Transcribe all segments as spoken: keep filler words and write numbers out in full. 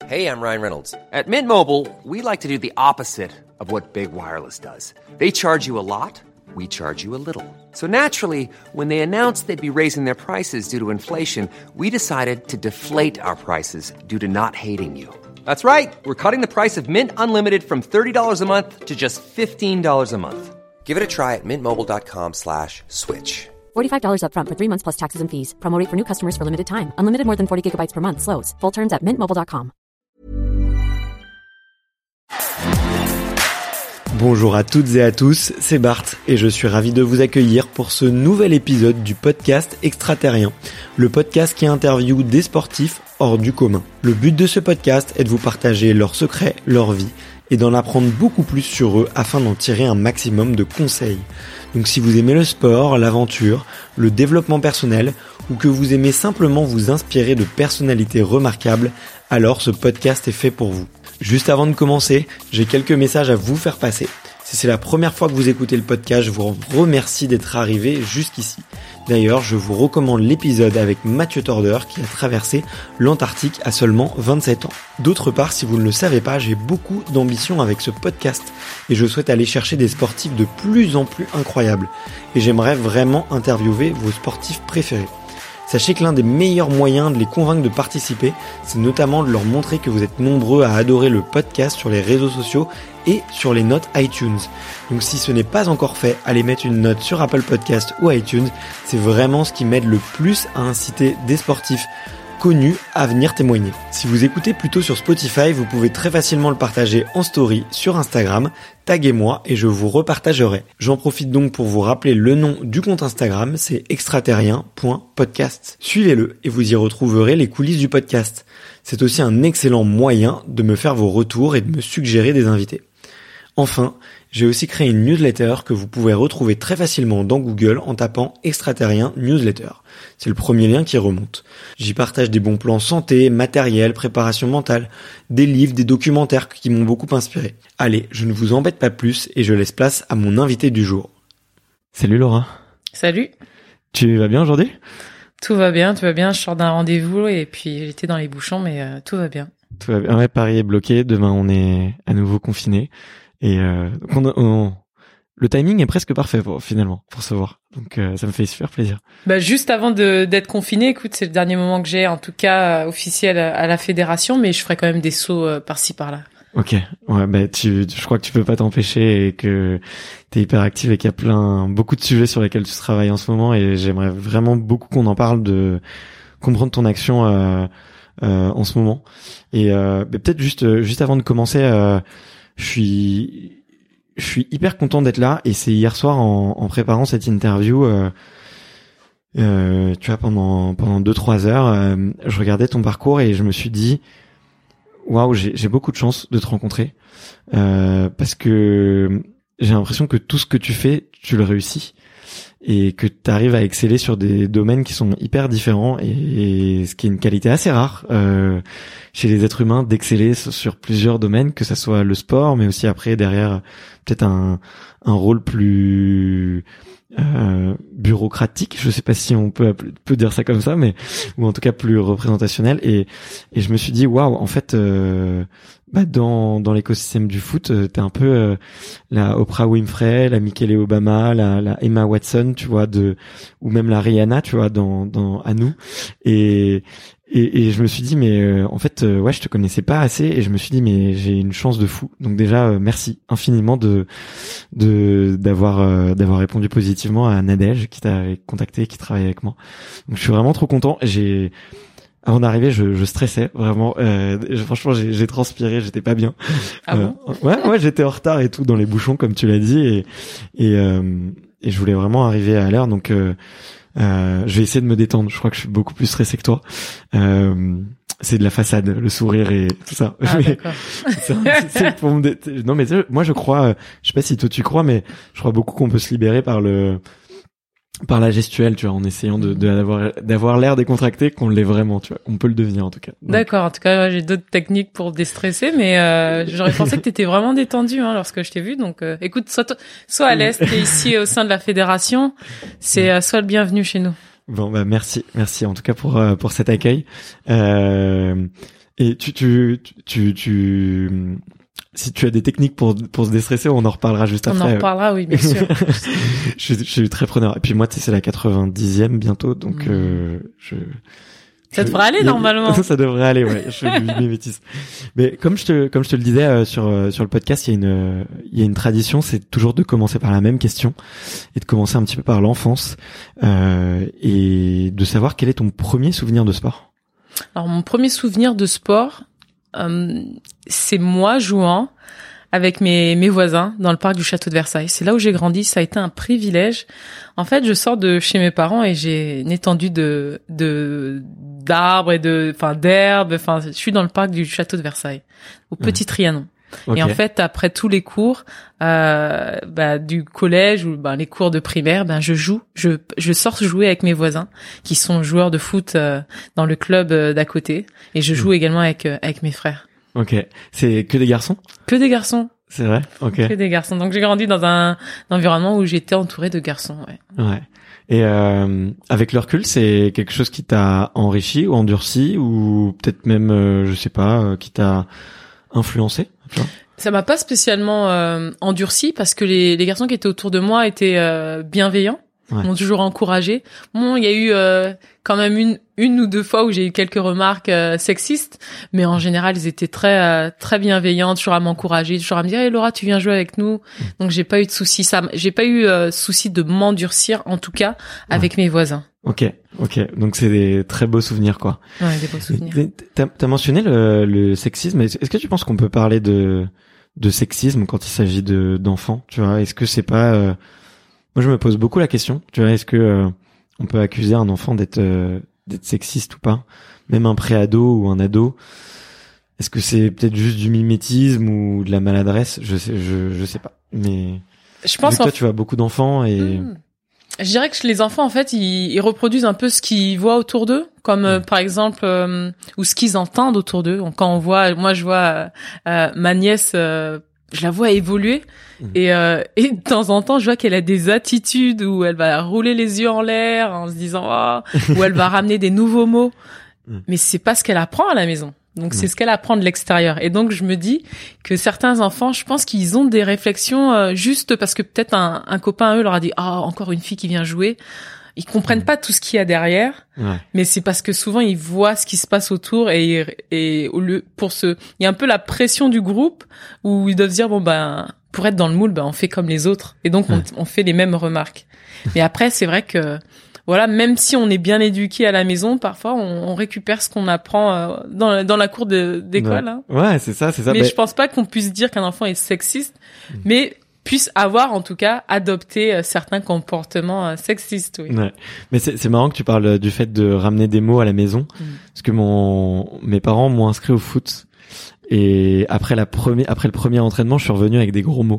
Hey, I'm Ryan Reynolds. At Mint Mobile, we like to do the opposite of what Big Wireless does. They charge you a lot, we charge you a little. So naturally, when they announced they'd be raising their prices due to inflation, we decided to deflate our prices due to not hating you. That's right. We're cutting the price of Mint Unlimited from thirty dollars a month to just fifteen dollars a month. Give it a try at mintmobile.com slash switch. forty-five dollars up front for three months plus taxes and fees. Promo rate for new customers for limited time. Unlimited more than forty gigabytes per month slows. Full terms at mint mobile dot com. Bonjour à toutes et à tous, c'est Bart et je suis ravi de vous accueillir pour ce nouvel épisode du podcast Extraterrien, le podcast qui interviewe des sportifs hors du commun. Le but de ce podcast est de vous partager leurs secrets, leur vie et d'en apprendre beaucoup plus sur eux afin d'en tirer un maximum de conseils. Donc si vous aimez le sport, l'aventure, le développement personnel ou que vous aimez simplement vous inspirer de personnalités remarquables, alors ce podcast est fait pour vous. Juste avant de commencer, j'ai quelques messages à vous faire passer. Si c'est la première fois que vous écoutez le podcast, je vous remercie d'être arrivé jusqu'ici. D'ailleurs, je vous recommande l'épisode avec Mathieu Torder qui a traversé l'Antarctique à seulement vingt-sept ans. D'autre part, si vous ne le savez pas, j'ai beaucoup d'ambition avec ce podcast et je souhaite aller chercher des sportifs de plus en plus incroyables. Et j'aimerais vraiment interviewer vos sportifs préférés. Sachez que l'un des meilleurs moyens de les convaincre de participer, c'est notamment de leur montrer que vous êtes nombreux à adorer le podcast sur les réseaux sociaux et sur les notes iTunes. Donc si ce n'est pas encore fait, allez mettre une note sur Apple Podcast ou iTunes, c'est vraiment ce qui m'aide le plus à inciter des sportifs connus à venir témoigner. Si vous écoutez plutôt sur Spotify, vous pouvez très facilement le partager en story sur Instagram, taguez-moi et je vous repartagerai. J'en profite donc pour vous rappeler le nom du compte Instagram, c'est extraterrien point podcast. Suivez-le et vous y retrouverez les coulisses du podcast. C'est aussi un excellent moyen de me faire vos retours et de me suggérer des invités. Enfin, j'ai aussi créé une newsletter que vous pouvez retrouver très facilement dans Google en tapant Extraterrien Newsletter. C'est le premier lien qui remonte. J'y partage des bons plans santé, matériel, préparation mentale, des livres, des documentaires qui m'ont beaucoup inspiré. Allez, je ne vous embête pas plus et je laisse place à mon invité du jour. Salut Laura. Salut. Tu vas bien aujourd'hui ? Tout va bien, tout va bien. Je sors d'un rendez-vous et puis j'étais dans les bouchons, mais euh, tout va bien. Tout va bien. Ouais, Paris est bloqué. Demain, on est à nouveau confiné. Et euh, on, on, le timing est presque parfait pour, finalement pour se voir. Donc euh, ça me fait super plaisir. Bah juste avant de d'être confiné, écoute, c'est le dernier moment que j'ai en tout cas euh, officiel à, à la fédération, mais je ferai quand même des sauts euh, par-ci par-là. Ok, ouais, bah tu, je crois que tu peux pas t'empêcher et que t'es hyper active et qu'il y a plein, beaucoup de sujets sur lesquels tu travailles en ce moment et j'aimerais vraiment beaucoup qu'on en parle, de comprendre ton action euh, euh, en ce moment. Et euh, bah, peut-être juste juste avant de commencer. Euh, Je suis, je suis hyper content d'être là et c'est hier soir en, en préparant cette interview, euh, euh, tu vois, pendant pendant deux trois heures, euh, je regardais ton parcours et je me suis dit, waouh, j'ai, j'ai beaucoup de chance de te rencontrer euh, parce que j'ai l'impression que tout ce que tu fais, tu le réussis et que tu arrives à exceller sur des domaines qui sont hyper différents et, et ce qui est une qualité assez rare euh, chez les êtres humains, d'exceller sur, sur plusieurs domaines, que ça soit le sport, mais aussi après derrière peut-être un, un rôle plus euh, bureaucratique, je sais pas si on peut peut dire ça comme ça, mais ou en tout cas plus représentationnel. Et, et je me suis dit waouh, en fait, euh, bah dans dans l'écosystème du foot, t'es un peu euh, la Oprah Winfrey, la Michelle Obama, la, la Emma Watson, tu vois, de ou même la Rihanna, tu vois, dans dans à nous. Et Et, et je me suis dit mais euh, en fait euh, ouais je te connaissais pas assez et je me suis dit mais j'ai une chance de fou. Donc déjà euh, merci infiniment de de d'avoir euh, d'avoir répondu positivement à Nadège qui t'a contacté, qui travaille avec moi. Donc je suis vraiment trop content. J'ai avant d'arriver je, je stressais vraiment. Euh, franchement j'ai, j'ai transpiré, j'étais pas bien. Ah bon euh, ouais ouais j'étais en retard et tout dans les bouchons comme tu l'as dit et et euh, et je voulais vraiment arriver à l'heure donc. Euh, Euh, je vais essayer de me détendre. Je crois que je suis beaucoup plus stressé que toi. Euh, c'est de la façade, le sourire et tout ça. Ah, mais d'accord. c'est, c'est pour me dé... Non, mais moi je crois. Je sais pas si toi tu crois, mais je crois beaucoup qu'on peut se libérer par le par la gestuelle, tu vois, en essayant de, de d'avoir d'avoir l'air décontracté, qu'on l'est vraiment, tu vois, qu'on peut le devenir en tout cas. Donc... D'accord. En tout cas, ouais, j'ai d'autres techniques pour déstresser, mais euh, j'aurais pensé que t'étais vraiment détendu hein, lorsque je t'ai vu. Donc, euh, écoute, soit soit à l'aise, t'es ici au sein de la fédération, c'est euh, soit le bienvenu chez nous. Bon, bah merci, merci en tout cas pour euh, pour cet accueil. Euh, Et tu, tu, tu, tu, si tu as des techniques pour pour se déstresser, on en reparlera juste après. On en reparlera, oui, bien sûr. je, suis, je suis très preneur. Et puis moi, tu sais, c'est la quatre-vingt-dixième bientôt, donc mmh. euh, je. Ça je, devrait aller a, normalement. Ça devrait aller, ouais. Je fais du mimétisme. Mais comme je te comme je te le disais euh, sur euh, sur le podcast, il y a une euh, il y a une tradition, c'est toujours de commencer par la même question et de commencer un petit peu par l'enfance euh, et de savoir quel est ton premier souvenir de sport. Alors mon premier souvenir de sport, euh, c'est moi jouant avec mes mes voisins dans le parc du château de Versailles. C'est là où j'ai grandi, ça a été un privilège. En fait, je sors de chez mes parents et j'ai une étendue de de d'arbres et de enfin d'herbes, enfin je suis dans le parc du château de Versailles au Petit mmh. Trianon. Okay. Et en fait, après tous les cours euh bah du collège ou bah les cours de primaire, ben je joue, je je sors jouer avec mes voisins qui sont joueurs de foot euh, dans le club euh, d'à côté et je joue mmh. également avec euh, avec mes frères. OK. C'est que des garçons ? Que des garçons. C'est vrai ? OK. Que des garçons. Donc j'ai grandi dans un, un environnement où j'étais entourée de garçons, ouais. Ouais. Et euh, avec le recul, c'est quelque chose qui t'a enrichi ou endurci ou peut-être même, euh, je sais pas, euh, qui t'a influencé, tu vois ? Ça m'a pas spécialement euh, endurci parce que les, les garçons qui étaient autour de moi étaient euh, bienveillants, ouais. m'ont toujours encouragé. Bon, il y a eu euh, quand même une une ou deux fois où j'ai eu quelques remarques euh, sexistes, mais en général ils étaient très euh, très bienveillants, toujours à m'encourager, toujours à me dire hey, Laura, tu viens jouer avec nous. Mmh. Donc j'ai pas eu de souci, ça j'ai pas eu euh, souci de m'endurcir en tout cas avec ouais. mes voisins. OK, OK. Donc c'est des très beaux souvenirs quoi. Ouais, des beaux souvenirs. T'as, t'as mentionné le, le sexisme, est-ce que tu penses qu'on peut parler de de sexisme quand il s'agit de d'enfants, tu vois ? Est-ce que c'est pas euh... Moi je me pose beaucoup la question, tu vois, est-ce que euh, on peut accuser un enfant d'être euh, d'être sexiste ou pas, même un pré-ado ou un ado. Est-ce que c'est peut-être juste du mimétisme ou de la maladresse ? Je sais, je, je sais pas. Mais je pense vu que toi, en... tu vois beaucoup d'enfants et mmh. je dirais que les enfants, en fait, ils, ils reproduisent un peu ce qu'ils voient autour d'eux, comme mmh. euh, par exemple euh, ou ce qu'ils entendent autour d'eux. Quand on voit, moi, je vois euh, ma nièce. Euh, je la vois évoluer mmh. et euh, et de temps en temps je vois qu'elle a des attitudes où elle va rouler les yeux en l'air en se disant ah oh, où elle va ramener des nouveaux mots mmh. mais c'est pas ce qu'elle apprend à la maison. Donc mmh. c'est ce qu'elle apprend de l'extérieur. Et donc je me dis que certains enfants, je pense qu'ils ont des réflexions euh, juste parce que peut-être un, un copain à eux leur a dit ah oh, encore une fille qui vient jouer. Ils comprennent pas tout ce qu'il y a derrière, ouais. mais c'est parce que souvent ils voient ce qui se passe autour et et au lieu pour ce, il y a un peu la pression du groupe où ils doivent dire bon ben pour être dans le moule ben on fait comme les autres et donc ouais. on, on fait les mêmes remarques. Mais après c'est vrai que voilà, même si on est bien éduqué à la maison, parfois on, on récupère ce qu'on apprend euh, dans dans la cour de, d'école. Ouais, hein. ouais c'est ça, c'est ça. Mais bah... je pense pas qu'on puisse dire qu'un enfant est sexiste, mmh. mais puisse avoir en tout cas adopté euh, certains comportements euh, sexistes. Oui. Ouais. Mais c'est, c'est marrant que tu parles du fait de ramener des mots à la maison, mmh. parce que mon mes parents m'ont inscrit au foot et après la première après le premier entraînement, je suis revenu avec des gros mots.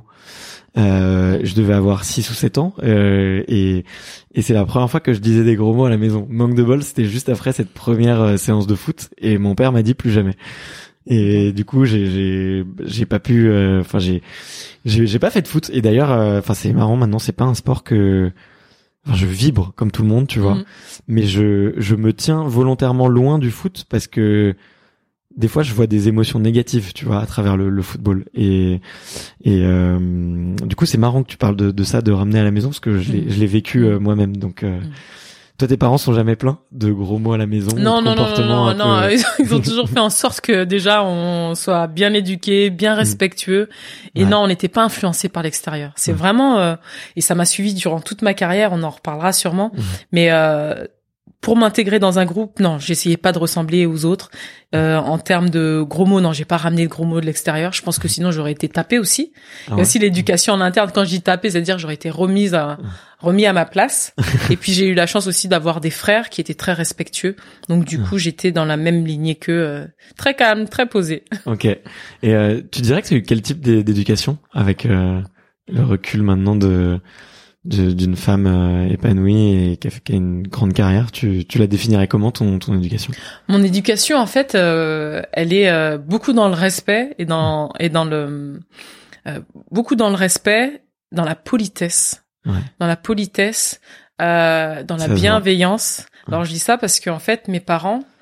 Euh, je devais avoir six ou sept ans euh, et et c'est la première fois que je disais des gros mots à la maison. Manque de bol, c'était juste après cette première euh, séance de foot et mon père m'a dit plus jamais. Et du coup, j'ai j'ai j'ai pas pu enfin euh, j'ai j'ai j'ai pas fait de foot et d'ailleurs enfin euh, c'est marrant maintenant, c'est pas un sport que enfin, je vibre comme tout le monde, tu vois. Mmh. Mais je je me tiens volontairement loin du foot parce que des fois je vois des émotions négatives, tu vois, à travers le, le football et et euh, du coup, c'est marrant que tu parles de de ça, de ramener à la maison parce que je l'ai mmh. je l'ai vécu euh, moi-même donc euh, mmh. Toi, tes parents sont jamais pleins de gros mots à la maison? Non, non, non, non, non, non. Ils ont toujours fait en sorte que déjà on soit bien éduqués, bien respectueux. Mmh. Et ouais. non, on n'était pas influencés par l'extérieur. C'est ouais. vraiment, euh, et ça m'a suivi durant toute ma carrière. On en reparlera sûrement. Mmh. Mais euh, pour m'intégrer dans un groupe, non, j'essayais pas de ressembler aux autres. Euh, en termes de gros mots, non, j'ai pas ramené de gros mots de l'extérieur. Je pense que sinon j'aurais été tapée aussi. Ah ouais. Et aussi l'éducation en interne. Quand je dis tapée, c'est-à-dire j'aurais été remise à remis à ma place. Et puis j'ai eu la chance aussi d'avoir des frères qui étaient très respectueux. Donc du coup, j'étais dans la même lignée qu'eux, euh, très calme, très posé. Ok. Et euh, tu dirais que c'est quel type d'éducation avec euh, le recul maintenant de, de d'une femme euh, épanouie et qui a, fait, qui a une grande carrière? Tu, tu la définirais comment ton ton éducation? Mon éducation, en fait, euh, elle est euh, beaucoup dans le respect et dans et dans le euh, beaucoup dans le respect, dans la politesse. Ouais. Dans la politesse, euh, dans la ça bienveillance. Alors je dis ça parce qu'en fait mes parents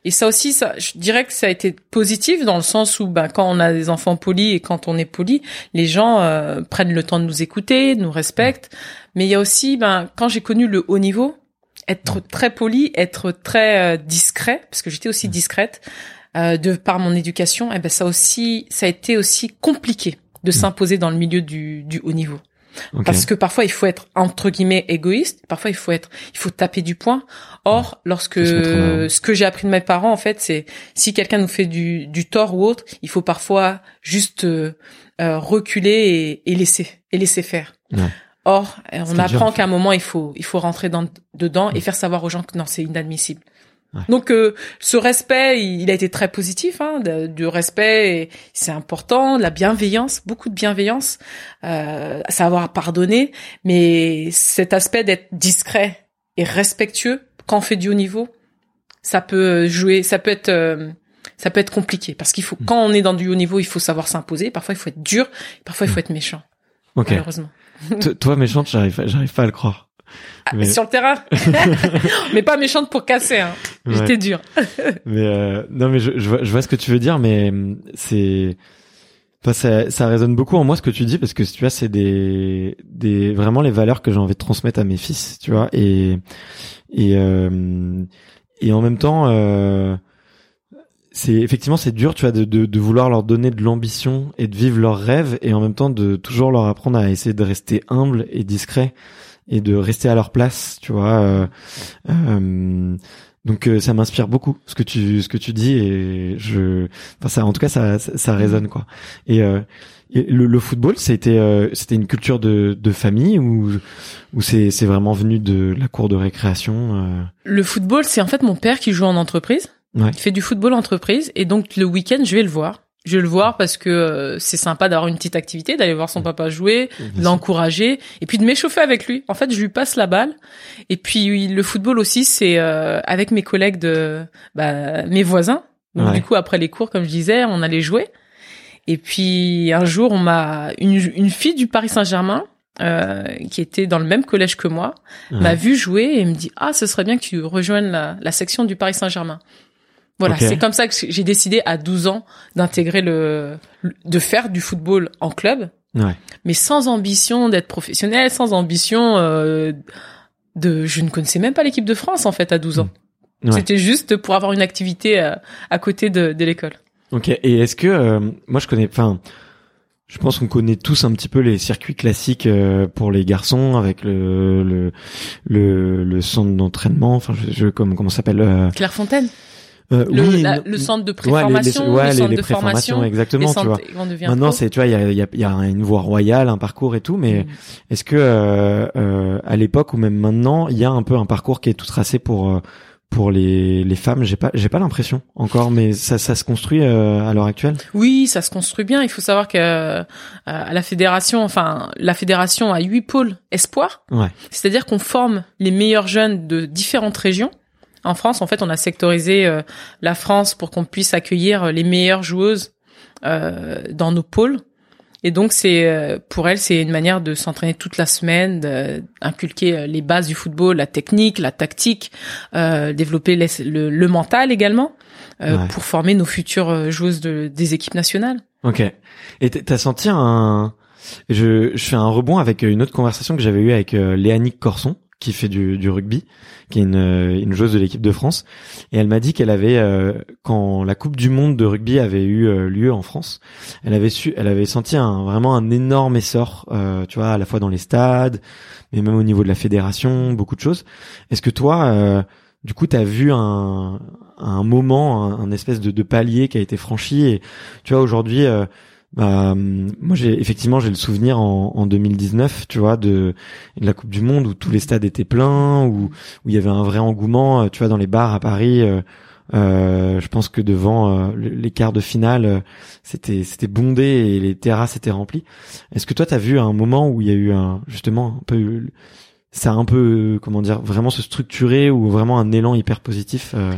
Et ça aussi, ça, je dirais que ça a été positif dans le sens où, ben, quand on a des enfants polis et quand on est poli, les gens euh, prennent le temps de nous écouter, nous respectent. Mais il y a aussi, ben, quand j'ai connu le haut niveau, être très poli, être très euh, discret, parce que j'étais aussi discrète euh, de par mon éducation. Et ben ça aussi, ça a été aussi compliqué de s'imposer dans le milieu du, du haut niveau. Okay. Parce que parfois il faut être entre guillemets égoïste, parfois il faut être, il faut taper du poing. Or, ouais. lorsque ce que j'ai appris de mes parents en fait, c'est si quelqu'un nous fait du, du tort ou autre, il faut parfois juste euh, euh, reculer et, et laisser et laisser faire. Ouais. Or, on c'est apprend dur, qu'à un moment il faut il faut rentrer dans, dedans ouais. et faire savoir aux gens que non, c'est inadmissible. Ouais. Donc euh, ce respect, il, il a été très positif, hein, de, du respect, et c'est important, de la bienveillance, beaucoup de bienveillance, euh, savoir pardonner, mais cet aspect d'être discret et respectueux quand on fait du haut niveau, ça peut jouer, ça peut être, euh, ça peut être compliqué parce qu'il faut, mmh. quand on est dans du haut niveau, il faut savoir s'imposer. Parfois, il faut être dur, parfois il faut être méchant. Okay. Malheureusement. Toi, méchante, j'arrive, j'arrive pas à le croire. Mais... sur le terrain, mais pas méchante pour casser. Hein. Ouais. J'étais dure. mais euh, non, mais je, je, vois, je vois ce que tu veux dire, mais c'est, enfin, ça, ça résonne beaucoup en moi ce que tu dis parce que tu vois, c'est des, des vraiment les valeurs que j'ai envie de transmettre à mes fils, tu vois, et et euh, et en même temps, euh, c'est effectivement c'est dur, tu vois, de, de de vouloir leur donner de l'ambition et de vivre leurs rêves et en même temps de toujours leur apprendre à essayer de rester humble et discret. Et de rester à leur place, tu vois. Euh, euh, donc euh, ça m'inspire beaucoup ce que tu ce que tu dis et je, enfin ça, en tout cas ça ça, ça résonne quoi. Et, euh, et le, le football, c'était euh, c'était une culture de de famille ou ou c'est c'est vraiment venu de la cour de récréation. Euh... Le football, c'est en fait mon père qui joue en entreprise. Ouais. Il fait du football entreprise et donc le week-end je vais le voir. Je vais le voir parce que euh, c'est sympa d'avoir une petite activité, d'aller voir son papa jouer, de l'encourager et puis de m'échauffer avec lui. En fait, je lui passe la balle. Et puis oui, le football aussi, c'est euh, avec mes collègues de bah, mes voisins. Donc ouais. du coup, après les cours, comme je disais, on allait jouer. Et puis un jour, on m'a une, une fille du Paris Saint-Germain euh, qui était dans le même collège que moi ouais. m'a vu jouer et me dit ah, ce serait bien que tu rejoignes la, la section du Paris Saint-Germain. Voilà, okay. C'est comme ça que j'ai décidé à douze ans d'intégrer le, de faire du football en club, ouais. mais sans ambition d'être professionnel, sans ambition euh, de, je ne connaissais même pas l'équipe de France en fait à douze ans. Ouais. C'était juste pour avoir une activité à, à côté de, de l'école. Ok. Et est-ce que euh, moi je connais, enfin, je pense qu'on connaît tous un petit peu les circuits classiques euh, pour les garçons avec le le le, le centre d'entraînement, enfin, je, je comme comment ça s'appelle euh... Clairefontaine. Euh, le, oui, la, le centre de préformation, ouais, les, les, ouais, le centre les, les de formation, exactement, tu vois. Maintenant, c'est, tu vois, il y a, il y a, il y a une voie royale, un parcours et tout, mais mmh. est-ce que euh, euh, à l'époque ou même maintenant, il y a un peu un parcours qui est tout tracé pour euh, pour les les femmes? J'ai pas, j'ai pas l'impression encore, mais ça, ça se construit euh, à l'heure actuelle. Oui, ça se construit bien. Il faut savoir que euh, à la fédération, enfin, la fédération a huit pôles espoirs. Ouais. C'est-à-dire qu'on forme les meilleurs jeunes de différentes régions. En France, en fait, on a sectorisé euh, la France pour qu'on puisse accueillir les meilleures joueuses euh, dans nos pôles. Et donc, c'est euh, pour elles, c'est une manière de s'entraîner toute la semaine, d'inculquer les bases du football, la technique, la tactique, euh, développer les, le, le mental également, euh, ouais. pour former nos futures joueuses de, des équipes nationales. Ok. Et t'as senti un... Je, je fais un rebond avec une autre conversation que j'avais eue avec euh, Léanique Corson, qui fait du, du rugby, qui est une, une joueuse de l'équipe de France, et elle m'a dit qu'elle avait, euh, quand la Coupe du Monde de rugby avait eu euh, lieu en France, elle avait su, elle avait senti un vraiment un énorme essor, euh, tu vois, à la fois dans les stades, mais même au niveau de la fédération, beaucoup de choses. Est-ce que toi, euh, du coup, t'as vu un, un moment, un, un espèce de, de palier qui a été franchi, et tu vois aujourd'hui. Euh, Bah, moi j'ai effectivement j'ai le souvenir en, en deux mille dix-neuf, tu vois, de, de la Coupe du Monde où tous les stades étaient pleins, où où il y avait un vrai engouement, tu vois, dans les bars à Paris. Euh, euh, je pense que devant euh, les quarts de finale, c'était c'était bondé et les terrasses étaient remplies. Est-ce que toi t'as vu un moment où il y a eu un justement un peu ça a un peu comment dire vraiment se structurer ou vraiment un élan hyper positif? euh...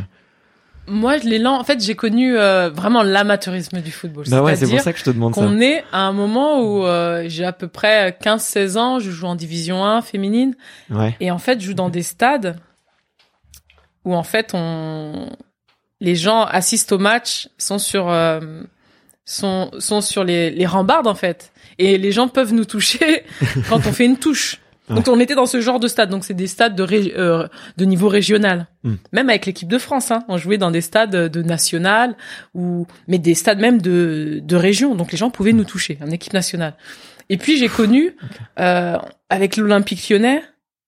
Moi, l'élan, en fait, j'ai connu euh, vraiment l'amateurisme du football. Bah ouais, c'est pour ça que je te demande ça. On est à un moment où euh, j'ai à peu près quinze seize ans, je joue en division un féminine. Ouais. Et en fait, je joue dans des stades où en fait, on les gens assistent au match, sont sur euh, sont sont sur les les rambardes en fait, et les gens peuvent nous toucher quand on fait une touche. Donc on était dans ce genre de stade, donc c'est des stades de ré, euh, de niveau régional. Mm. Même avec l'équipe de France, hein, on jouait dans des stades de national ou mais des stades même de de région. Donc les gens pouvaient mm. nous toucher en équipe nationale. Et puis j'ai connu okay. euh, avec l'Olympique Lyonnais,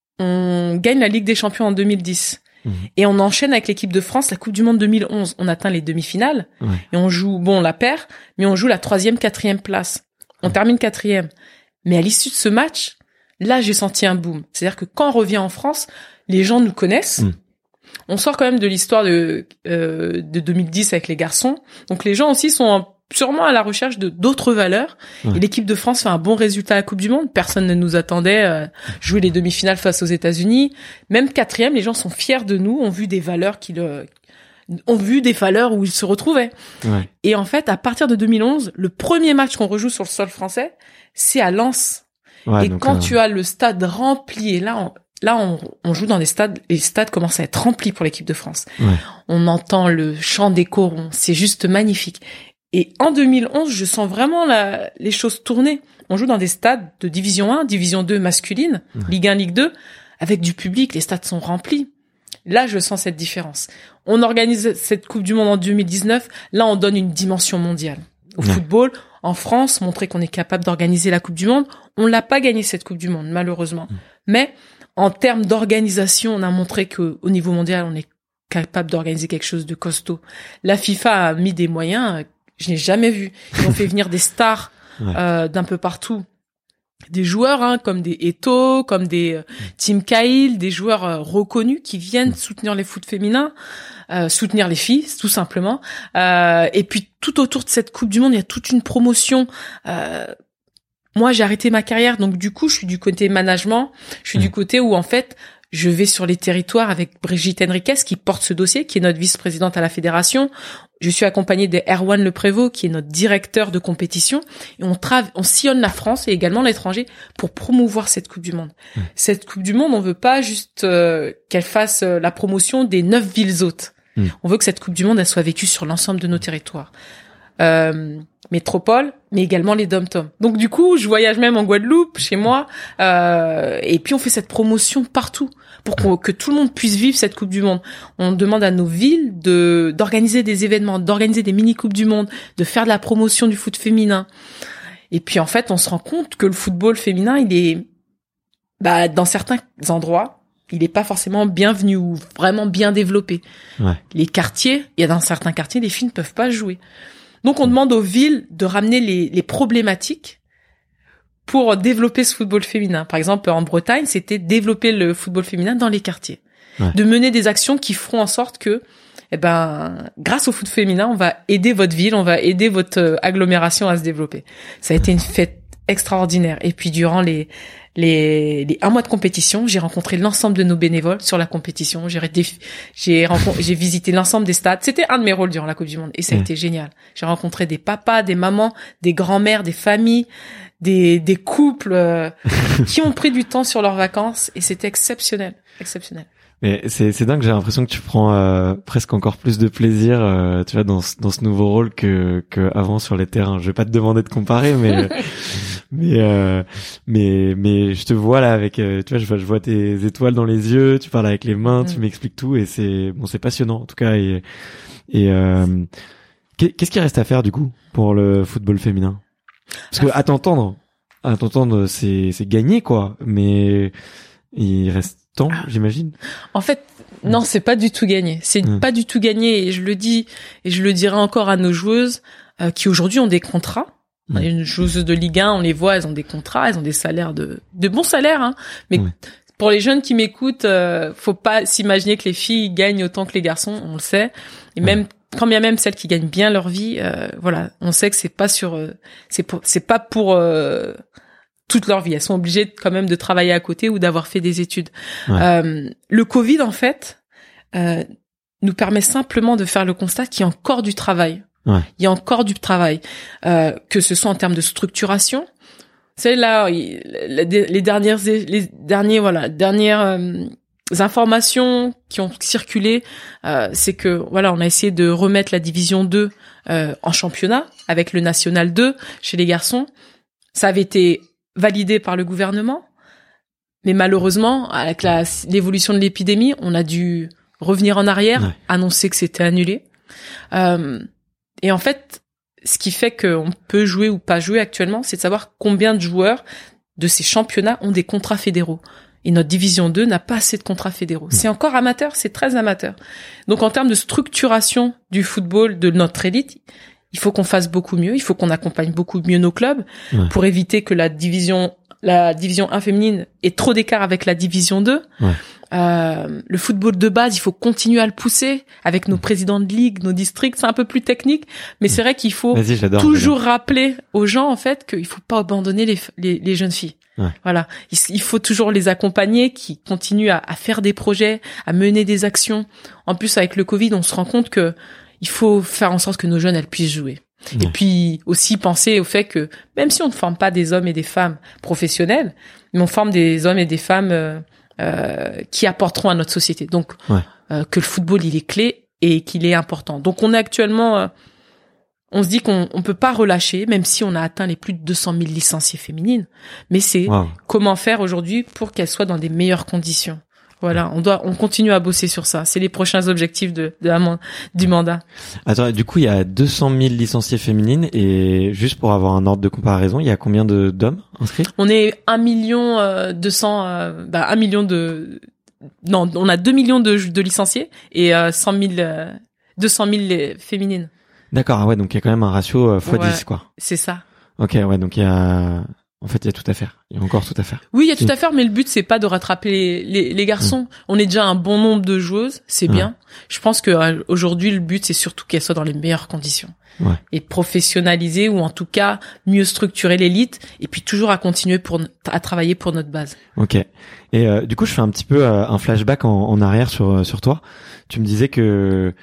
on gagne la Ligue des Champions en deux mille dix. Mm. Et on enchaîne avec l'équipe de France la Coupe du Monde deux mille onze. On atteint les demi-finales ouais. et on joue bon on la perd, mais on joue la troisième, quatrième place. On ouais. termine quatrième. Mais à l'issue de ce match, là, j'ai senti un boom. C'est-à-dire que quand on revient en France, les gens nous connaissent. Mmh. On sort quand même de l'histoire de euh, de deux mille dix avec les garçons. Donc les gens aussi sont sûrement à la recherche de d'autres valeurs. Ouais. Et l'équipe de France fait un bon résultat à la Coupe du Monde. Personne ne nous attendait euh, jouer les demi-finales face aux États-Unis. Même quatrième, les gens sont fiers de nous, ont vu des valeurs qui le ont vu des valeurs où ils se retrouvaient. Ouais. Et en fait, à partir de deux mille onze, le premier match qu'on rejoue sur le sol français, c'est à Lens. Ouais, et quand euh... tu as le stade rempli, et là, on, là, on, on joue dans des stades, les stades commencent à être remplis pour l'équipe de France. Ouais. On entend le chant des corons, c'est juste magnifique. Et en deux mille onze, je sens vraiment la, les choses tourner. On joue dans des stades de division un, division deux masculine, ouais. Ligue un, Ligue deux, avec du public, les stades sont remplis. Là, je sens cette différence. On organise cette Coupe du Monde en deux mille dix-neuf, là, on donne une dimension mondiale au ouais. football. En France, montrer qu'on est capable d'organiser la Coupe du Monde. On l'a pas gagné cette Coupe du Monde, malheureusement. Mmh. Mais en termes d'organisation, on a montré que au niveau mondial, on est capable d'organiser quelque chose de costaud. La FIFA a mis des moyens, je n'ai jamais vu. Ils ont fait venir des stars ouais. euh, d'un peu partout. Des joueurs hein, comme des Eto'o, comme des euh, Tim Cahill, des joueurs euh, reconnus qui viennent mmh. soutenir les foot féminins, euh, soutenir les filles, tout simplement. Euh, et puis tout autour de cette Coupe du Monde, il y a toute une promotion. Euh, moi, j'ai arrêté ma carrière, donc du coup, je suis du côté management. Je suis mmh. du côté où en fait, je vais sur les territoires avec Brigitte Henriquez qui porte ce dossier, qui est notre vice-présidente à la fédération. Je suis accompagnée de Erwan Le Prévost, qui est notre directeur de compétition. Et on trave, on sillonne la France et également l'étranger pour promouvoir cette Coupe du Monde. Mmh. Cette Coupe du Monde, on veut pas juste euh, qu'elle fasse euh, la promotion des neuf villes hôtes. Mmh. On veut que cette Coupe du Monde, elle soit vécue sur l'ensemble de nos territoires. Euh, métropole, mais également les dom-toms. Donc du coup, je voyage même en Guadeloupe, chez moi, euh, et puis on fait cette promotion partout pour qu'on, que tout le monde puisse vivre cette Coupe du Monde. On demande à nos villes de d'organiser des événements, d'organiser des mini-coupes du monde, de faire de la promotion du foot féminin. Et puis en fait, on se rend compte que le football féminin, il est, bah, dans certains endroits, il est pas forcément bienvenu ou vraiment bien développé. Ouais. Les quartiers, il y a dans certains quartiers, les filles ne peuvent pas jouer. Donc, on demande aux villes de ramener les, les problématiques pour développer ce football féminin. Par exemple, en Bretagne, c'était développer le football féminin dans les quartiers. Ouais. De mener des actions qui feront en sorte que, eh ben, grâce au foot féminin, on va aider votre ville, on va aider votre agglomération à se développer. Ça a été une fête extraordinaire. Et puis, durant les, les, les un mois de compétition, j'ai rencontré l'ensemble de nos bénévoles sur la compétition. J'ai, j'ai, rencontré, j'ai visité l'ensemble des stades. C'était un de mes rôles durant la Coupe du Monde et ça a mmh. été génial. J'ai rencontré des papas, des mamans, des grands-mères, des familles, des, des couples euh, qui ont pris du temps sur leurs vacances et c'était exceptionnel, exceptionnel. Mais c'est c'est dingue, j'ai l'impression que tu prends euh, presque encore plus de plaisir, euh, tu vois, dans ce, dans ce nouveau rôle que que avant sur les terrains. Je vais pas te demander de comparer, mais mais euh, mais mais je te vois là avec, euh, tu vois, je vois je vois tes étoiles dans les yeux, tu parles avec les mains, tu m'expliques tout et c'est bon, c'est passionnant en tout cas. Et et euh, qu'est-ce qui reste à faire du coup pour le football féminin? Parce que à t'entendre, à t'entendre, c'est c'est gagné quoi, mais il reste temps, j'imagine. En fait, non, c'est pas du tout gagné. C'est mmh. pas du tout gagné et je le dis et je le dirai encore à nos joueuses euh, qui aujourd'hui ont des contrats. Mmh. Les joueuses de Ligue un, on les voit, elles ont des contrats, elles ont des salaires de de bons salaires hein. Mais mmh. pour les jeunes qui m'écoutent, euh, faut pas s'imaginer que les filles gagnent autant que les garçons, on le sait. Et mmh. même quand bien même celles qui gagnent bien leur vie, euh, voilà, on sait que c'est pas sur euh, c'est pour c'est pas pour euh, toute leur vie. Elles sont obligées quand même de travailler à côté ou d'avoir fait des études. Ouais. Euh, le Covid, en fait, euh, nous permet simplement de faire le constat qu'il y a encore du travail. Ouais. Il y a encore du travail, euh, que ce soit en termes de structuration. C'est là, les dernières, les derniers, voilà, dernières euh, informations qui ont circulé, euh, c'est que voilà, on a essayé de remettre la division deux euh, en championnat avec le national deux chez les garçons. Ça avait été validé par le gouvernement, mais malheureusement, avec la, l'évolution de l'épidémie, on a dû revenir en arrière, ouais. annoncer que c'était annulé. Euh, et en fait, ce qui fait qu'on peut jouer ou pas jouer actuellement, c'est de savoir combien de joueurs de ces championnats ont des contrats fédéraux. Et notre division deux n'a pas assez de contrats fédéraux. C'est encore amateur, c'est très amateur. Donc en termes de structuration du football de notre élite, il faut qu'on fasse beaucoup mieux, il faut qu'on accompagne beaucoup mieux nos clubs ouais. pour éviter que la division la division un féminine ait trop d'écart avec la division deux. Ouais. Euh, le football de base, il faut continuer à le pousser avec nos présidents de ligue, nos districts, c'est un peu plus technique, mais c'est vrai qu'il faut j'adore, toujours j'adore. rappeler aux gens en fait qu'il faut pas abandonner les les, les jeunes filles. Ouais. Voilà, il, il faut toujours les accompagner, qui continuent à, à faire des projets, à mener des actions. En plus, avec le Covid, on se rend compte que il faut faire en sorte que nos jeunes elles puissent jouer. Ouais. Et puis aussi penser au fait que même si on ne forme pas des hommes et des femmes professionnels, mais on forme des hommes et des femmes euh, euh, qui apporteront à notre société. Donc ouais. euh, que le football il est clé et qu'il est important. Donc on est actuellement euh, on se dit qu'on on peut pas relâcher, même si on a atteint les plus de deux cent mille licenciées féminines. Mais c'est wow. comment faire aujourd'hui pour qu'elles soient dans des meilleures conditions. Voilà, on doit, on continue à bosser sur ça. C'est les prochains objectifs de, de la, du mandat. Attends, du coup, il y a deux cent mille licenciées féminines et juste pour avoir un ordre de comparaison, il y a combien de d'hommes inscrits ? On est un million deux cents, euh, bah un million de, non, on a deux millions de, de licenciés et euh, cent mille, euh, deux cent mille féminines. D'accord, ah ouais, donc il y a quand même un ratio euh, fois ouais, dix, quoi. C'est ça. Ok, ouais, donc il y a, en fait, il y a tout à faire. Il y a encore tout à faire. Oui, il y a tout à faire, mais le but, c'est pas de rattraper les, les, les garçons. Mmh. On est déjà un bon nombre de joueuses, c'est mmh. bien. Je pense que euh, aujourd'hui, le but, c'est surtout qu'elles soient dans les meilleures conditions. Ouais. Et professionnaliser, ou en tout cas, mieux structurer l'élite, et puis toujours à continuer pour, à travailler pour notre base. Ok. Et euh, du coup, je fais un petit peu euh, un flashback en, en arrière sur, sur toi. Tu me disais que,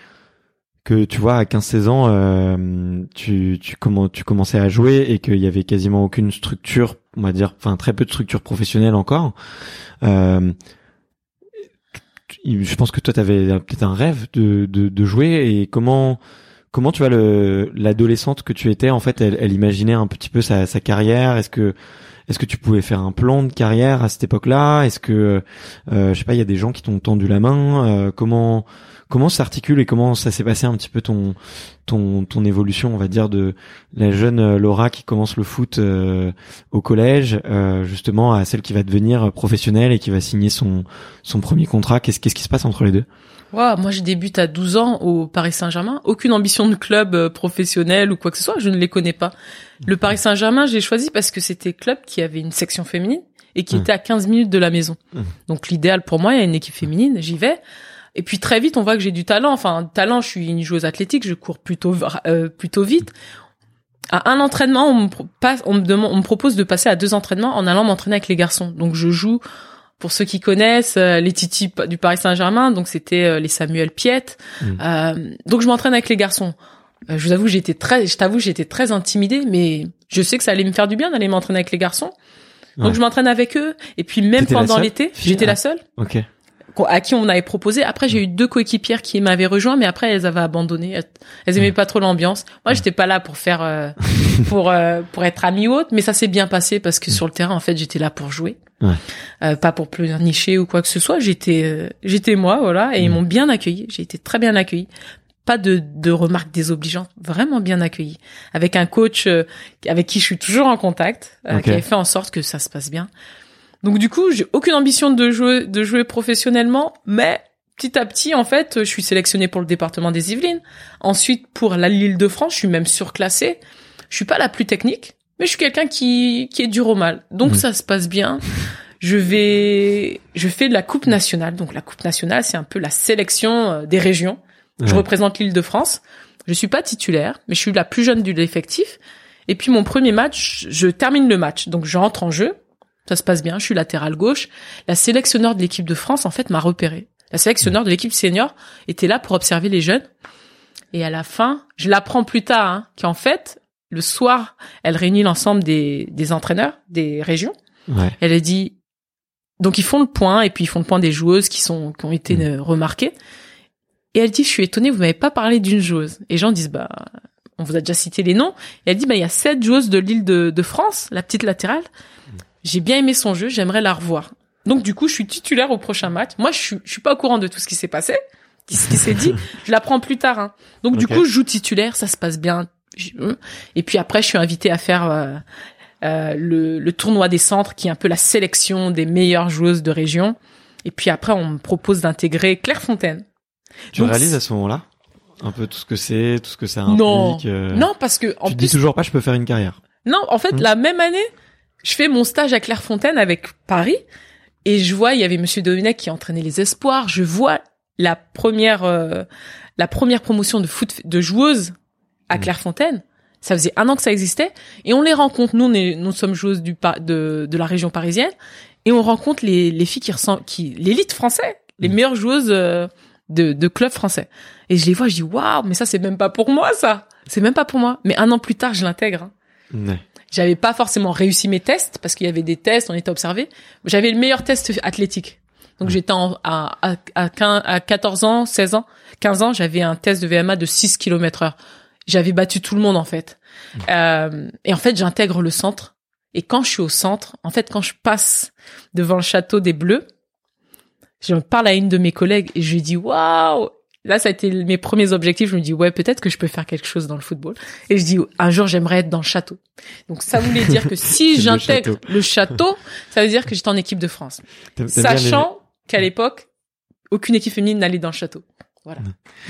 que tu vois à quinze seize ans euh, tu tu comment tu commençais à jouer et qu'il y avait quasiment aucune structure, on va dire, enfin très peu de structure professionnelle encore. Euh, je pense que toi tu avais peut-être un rêve de de de jouer, et comment comment tu vois le l'adolescente que tu étais en fait, elle, elle imaginait un petit peu sa sa carrière. Est-ce que Est-ce que tu pouvais faire un plan de carrière à cette époque-là ? Est-ce que euh, je sais pas, il y a des gens qui t'ont tendu la main ? euh, Comment comment s'articule et comment ça s'est passé un petit peu ton ton ton évolution, on va dire, de la jeune Laura qui commence le foot euh, au collège, euh, justement, à celle qui va devenir professionnelle et qui va signer son son premier contrat. Qu'est-ce qu'est-ce qui se passe entre les deux ? Wow, moi je débute à douze ans au Paris Saint-Germain, aucune ambition de club euh, professionnel ou quoi que ce soit, je ne les connais pas. Le Paris Saint-Germain, j'ai choisi parce que c'était club qui avait une section féminine et qui mmh. était à quinze minutes de la maison. Mmh. Donc l'idéal pour moi, il y a une équipe féminine, j'y vais. Et puis très vite, on voit que j'ai du talent. Enfin, talent, je suis une joueuse athlétique, je cours plutôt euh, plutôt vite. À un entraînement, on me, passe, on me demande, on me propose de passer à deux entraînements en allant m'entraîner avec les garçons. Donc je joue. Pour ceux qui connaissent, euh, les titis du Paris Saint-Germain, donc c'était euh, les Samuel Piette. Mmh. Euh, donc je m'entraîne avec les garçons. Euh, je vous avoue, j'étais très, je t'avoue, j'étais très intimidée, mais je sais que ça allait me faire du bien d'aller m'entraîner avec les garçons. Donc ouais. je m'entraîne avec eux. Et puis même T'étais pendant l'été, j'étais ah. la seule. Ok. À qui on avait proposé. Après, j'ai eu deux coéquipières qui m'avaient rejoint, mais après elles avaient abandonné. Elles, elles aimaient pas trop l'ambiance. Moi, j'étais pas là pour faire, euh, pour euh, pour être amie ou autre, mais ça s'est bien passé parce que sur le terrain, en fait, j'étais là pour jouer. Ouais. Euh, pas pour pleurnicher ou quoi que ce soit. J'étais, euh, j'étais moi, voilà, et mmh. ils m'ont bien accueilli. J'ai été très bien accueillie. Pas de, de remarques désobligeantes, vraiment bien accueillie. Avec un coach euh, avec qui je suis toujours en contact, euh, okay. qui avait fait en sorte que ça se passe bien. Donc du coup, j'ai aucune ambition de jouer, de jouer professionnellement, mais petit à petit, en fait, je suis sélectionnée pour le département des Yvelines. Ensuite, pour la l'Île-de-France, je suis même surclassée. Je suis pas la plus technique, mais je suis quelqu'un qui qui est dur au mal. Donc mmh. ça se passe bien. Je vais, je fais de la Coupe nationale. Donc la Coupe nationale, c'est un peu la sélection des régions. Ouais. Je représente l'Île-de-France. Je suis pas titulaire, mais je suis la plus jeune de l'effectif. Et puis mon premier match, je termine le match, donc je rentre en jeu. Ça se passe bien, je suis latéral gauche. La sélectionneur de l'équipe de France, en fait, m'a repéré. La sélectionneur de l'équipe senior était là pour observer les jeunes. Et à la fin, je l'apprends plus tard, hein, qu'en fait, le soir, elle réunit l'ensemble des, des entraîneurs des régions. Ouais. Elle a dit, donc ils font le point et puis ils font le point des joueuses qui sont qui ont été mmh. remarquées. Et elle dit, je suis étonnée, vous m'avez pas parlé d'une joueuse. Et les gens disent, bah, on vous a déjà cité les noms. Et elle dit, bah, il y a cette joueuse de l'île de, de France, la petite latérale. J'ai bien aimé son jeu, j'aimerais la revoir. Donc, du coup, je suis titulaire au prochain match. Moi, je suis, je suis pas au courant de tout ce qui s'est passé, ce qui s'est dit. Je l'apprends plus tard, hein. Donc, okay. du coup, je joue titulaire, ça se passe bien. Et puis après, je suis invitée à faire, euh, euh, le, le tournoi des centres, qui est un peu la sélection des meilleures joueuses de région. Et puis après, on me propose d'intégrer Clairefontaine. Tu Donc, réalises à ce moment-là un peu tout ce que c'est, tout ce que ça implique. Non, euh... non, parce que en tu te plus, dis toujours pas, je peux faire une carrière. Non, en fait, mmh. la même année, je fais mon stage à Clairefontaine avec Paris, et je vois, il y avait Monsieur Domenech qui entraînait les espoirs. Je vois la première, euh, la première promotion de foot de joueuses à mmh. Clairefontaine. Ça faisait un an que ça existait, et on les rencontre. Nous, on est, nous sommes joueuses du de de la région parisienne, et on rencontre les les filles qui ressemblent, qui l'élite français, les mmh. meilleures joueuses. Euh, de de club français, et je les vois, je dis waouh, mais ça c'est même pas pour moi, ça c'est même pas pour moi. Mais un an plus tard, je l'intègre, hein. Ouais. J'avais pas forcément réussi mes tests parce qu'il y avait des tests, on était observés. J'avais le meilleur test athlétique, donc ouais. j'étais en, à, à à quinze, à quatorze ans, seize ans, quinze ans, j'avais un test de V M A de six kilomètres heure. J'avais battu tout le monde en fait. Ouais. Euh, et en fait, j'intègre le centre, et quand je suis au centre, en fait, quand je passe devant le château des Bleus, je parle à une de mes collègues et je lui dis waouh, là ça a été mes premiers objectifs. Je me dis ouais, peut-être que je peux faire quelque chose dans le football, et je dis un jour j'aimerais être dans le château. Donc ça voulait dire que si j'intègre le château. le château, ça veut dire que j'étais en équipe de France, t'aimes, t'aimes sachant les... qu'à l'époque aucune équipe féminine n'allait dans le château. Voilà.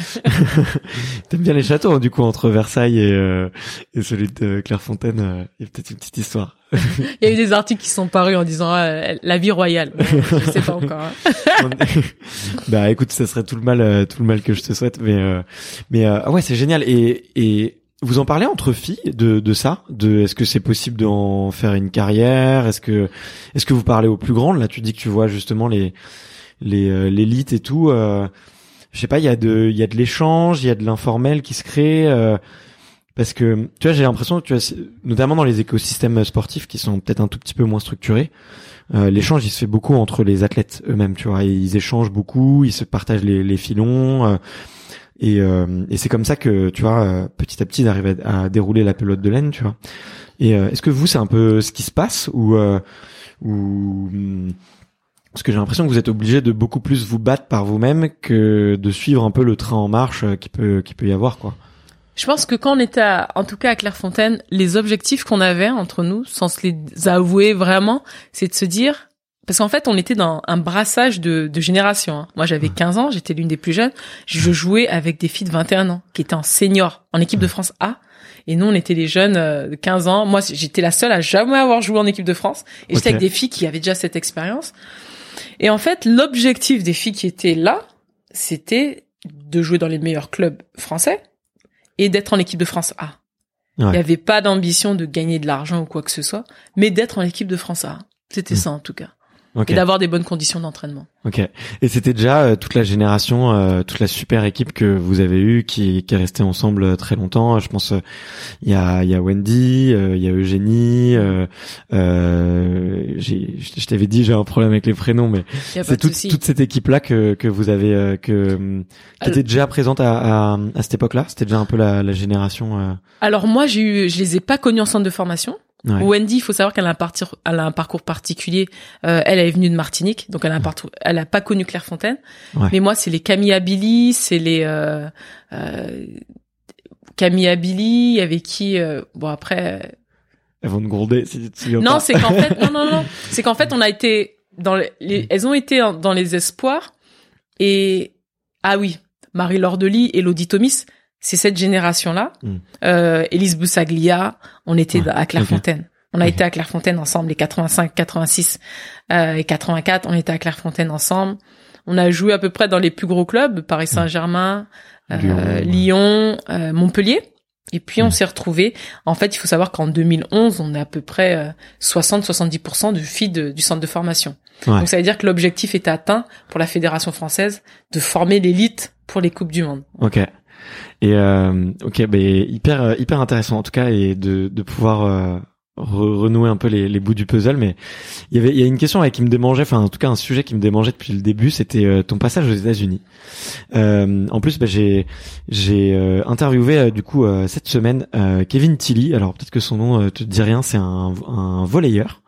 T'aimes bien les châteaux, du coup, entre Versailles et, euh, et celui de Clairefontaine, euh, il y a peut-être une petite histoire. Il y a eu des articles qui sont parus en disant ah, la vie royale. Bon, je sais pas encore. Hein. Bah écoute, ça serait tout le mal, euh, tout le mal que je te souhaite, mais euh, mais euh, ah ouais, c'est génial. Et et vous en parlez entre filles de de ça, de est-ce que c'est possible d'en faire une carrière, est-ce que est-ce que vous parlez aux plus grandes? Là, tu dis que tu vois justement les les euh, l'élite et tout. Euh, je sais pas, il y a de il y a de l'échange, il y a de l'informel qui se crée. Euh, Parce que, tu vois, j'ai l'impression que, tu vois, notamment dans les écosystèmes sportifs qui sont peut-être un tout petit peu moins structurés, euh, l'échange, il se fait beaucoup entre les athlètes eux-mêmes, tu vois. Ils échangent beaucoup, ils se partagent les, les filons, euh, et, euh, et c'est comme ça que, tu vois, euh, petit à petit, ils arrivent à, à dérouler la pelote de laine, tu vois. Et euh, est-ce que vous, c'est un peu ce qui se passe, ou, euh, ou parce que j'ai l'impression que vous êtes obligé de beaucoup plus vous battre par vous-même que de suivre un peu le train en marche qui peut qui peut y avoir, quoi. Je pense que quand on était, à, en tout cas à Clairefontaine, les objectifs qu'on avait entre nous, sans se les avouer vraiment, c'est de se dire, parce qu'en fait, on était dans un brassage de, de générations. Hein. Moi, j'avais quinze ans, j'étais l'une des plus jeunes. Je jouais avec des filles de vingt et un ans qui étaient en senior, en équipe de France A. Et nous, on était les jeunes de quinze ans. Moi, j'étais la seule à jamais avoir joué en équipe de France. Et j'étais okay. avec des filles qui avaient déjà cette expérience. Et en fait, l'objectif des filles qui étaient là, c'était de jouer dans les meilleurs clubs français et d'être en équipe de France A. Ouais. Il n'y avait pas d'ambition de gagner de l'argent ou quoi que ce soit, mais d'être en équipe de France A. C'était mmh. ça, en tout cas. Okay. Et d'avoir des bonnes conditions d'entraînement. Ok. Et c'était déjà euh, toute la génération, euh, toute la super équipe que vous avez eue, qui, qui est restée ensemble euh, très longtemps. Je pense il euh, y a il y a Wendy, il euh, y a Eugénie. Euh, euh, j'ai, je t'avais dit j'ai un problème avec les prénoms, mais c'est toute toute cette équipe là que que vous avez euh, que qui était déjà présente à, à à cette époque-là. C'était déjà un peu la, la génération. Euh... Alors moi j'ai eu, je les ai pas connus en centre de formation. Ouais. Wendy, il faut savoir qu'elle a un parcours, elle a un parcours particulier. Euh, elle, elle est venue de Martinique, donc elle a un parcours, elle a pas connu Clairefontaine. Ouais. Mais moi, c'est les Camille Abili, c'est les euh, euh, Camille Abili, avec qui, euh, bon après. Elles vont te gronder si tu te souviens non, pas. c'est qu'en fait, non, non, non, c'est qu'en fait, on a été dans les, les elles ont été dans les espoirs. Et ah oui, Marie-Laure Delis et Elodie Thomis. C'est cette génération-là. Mm. Euh, Élise Boussaglia, on était ouais, à Clairefontaine. Okay. On a okay. été à Clairefontaine ensemble, les quatre-vingt-cinq, quatre-vingt-six euh, et quatre-vingt-quatre, on était à Clairefontaine ensemble. On a joué à peu près dans les plus gros clubs, Paris Saint-Germain, euh, Lyon, Lyon euh, Montpellier. Et puis, mm. on s'est retrouvés. En fait, il faut savoir qu'en deux mille onze, on est à peu près euh, soixante à soixante-dix pour cent de filles de, du centre de formation. Ouais. Donc, ça veut dire que l'objectif est atteint pour la Fédération française de former l'élite pour les Coupes du Monde. Ok. Et euh, ok, ben hyper hyper intéressant en tout cas, et de de pouvoir euh, re- renouer un peu les, les bouts du puzzle, mais il y avait, il y a une question ouais, qui me démangeait, enfin en tout cas un sujet qui me démangeait depuis le début, c'était euh, ton passage aux États-Unis. Euh, en plus, bah, j'ai j'ai euh, interviewé euh, du coup euh, cette semaine euh, Kevin Tilly. Alors peut-être que son nom euh, te dit rien, c'est un, un volleyeur.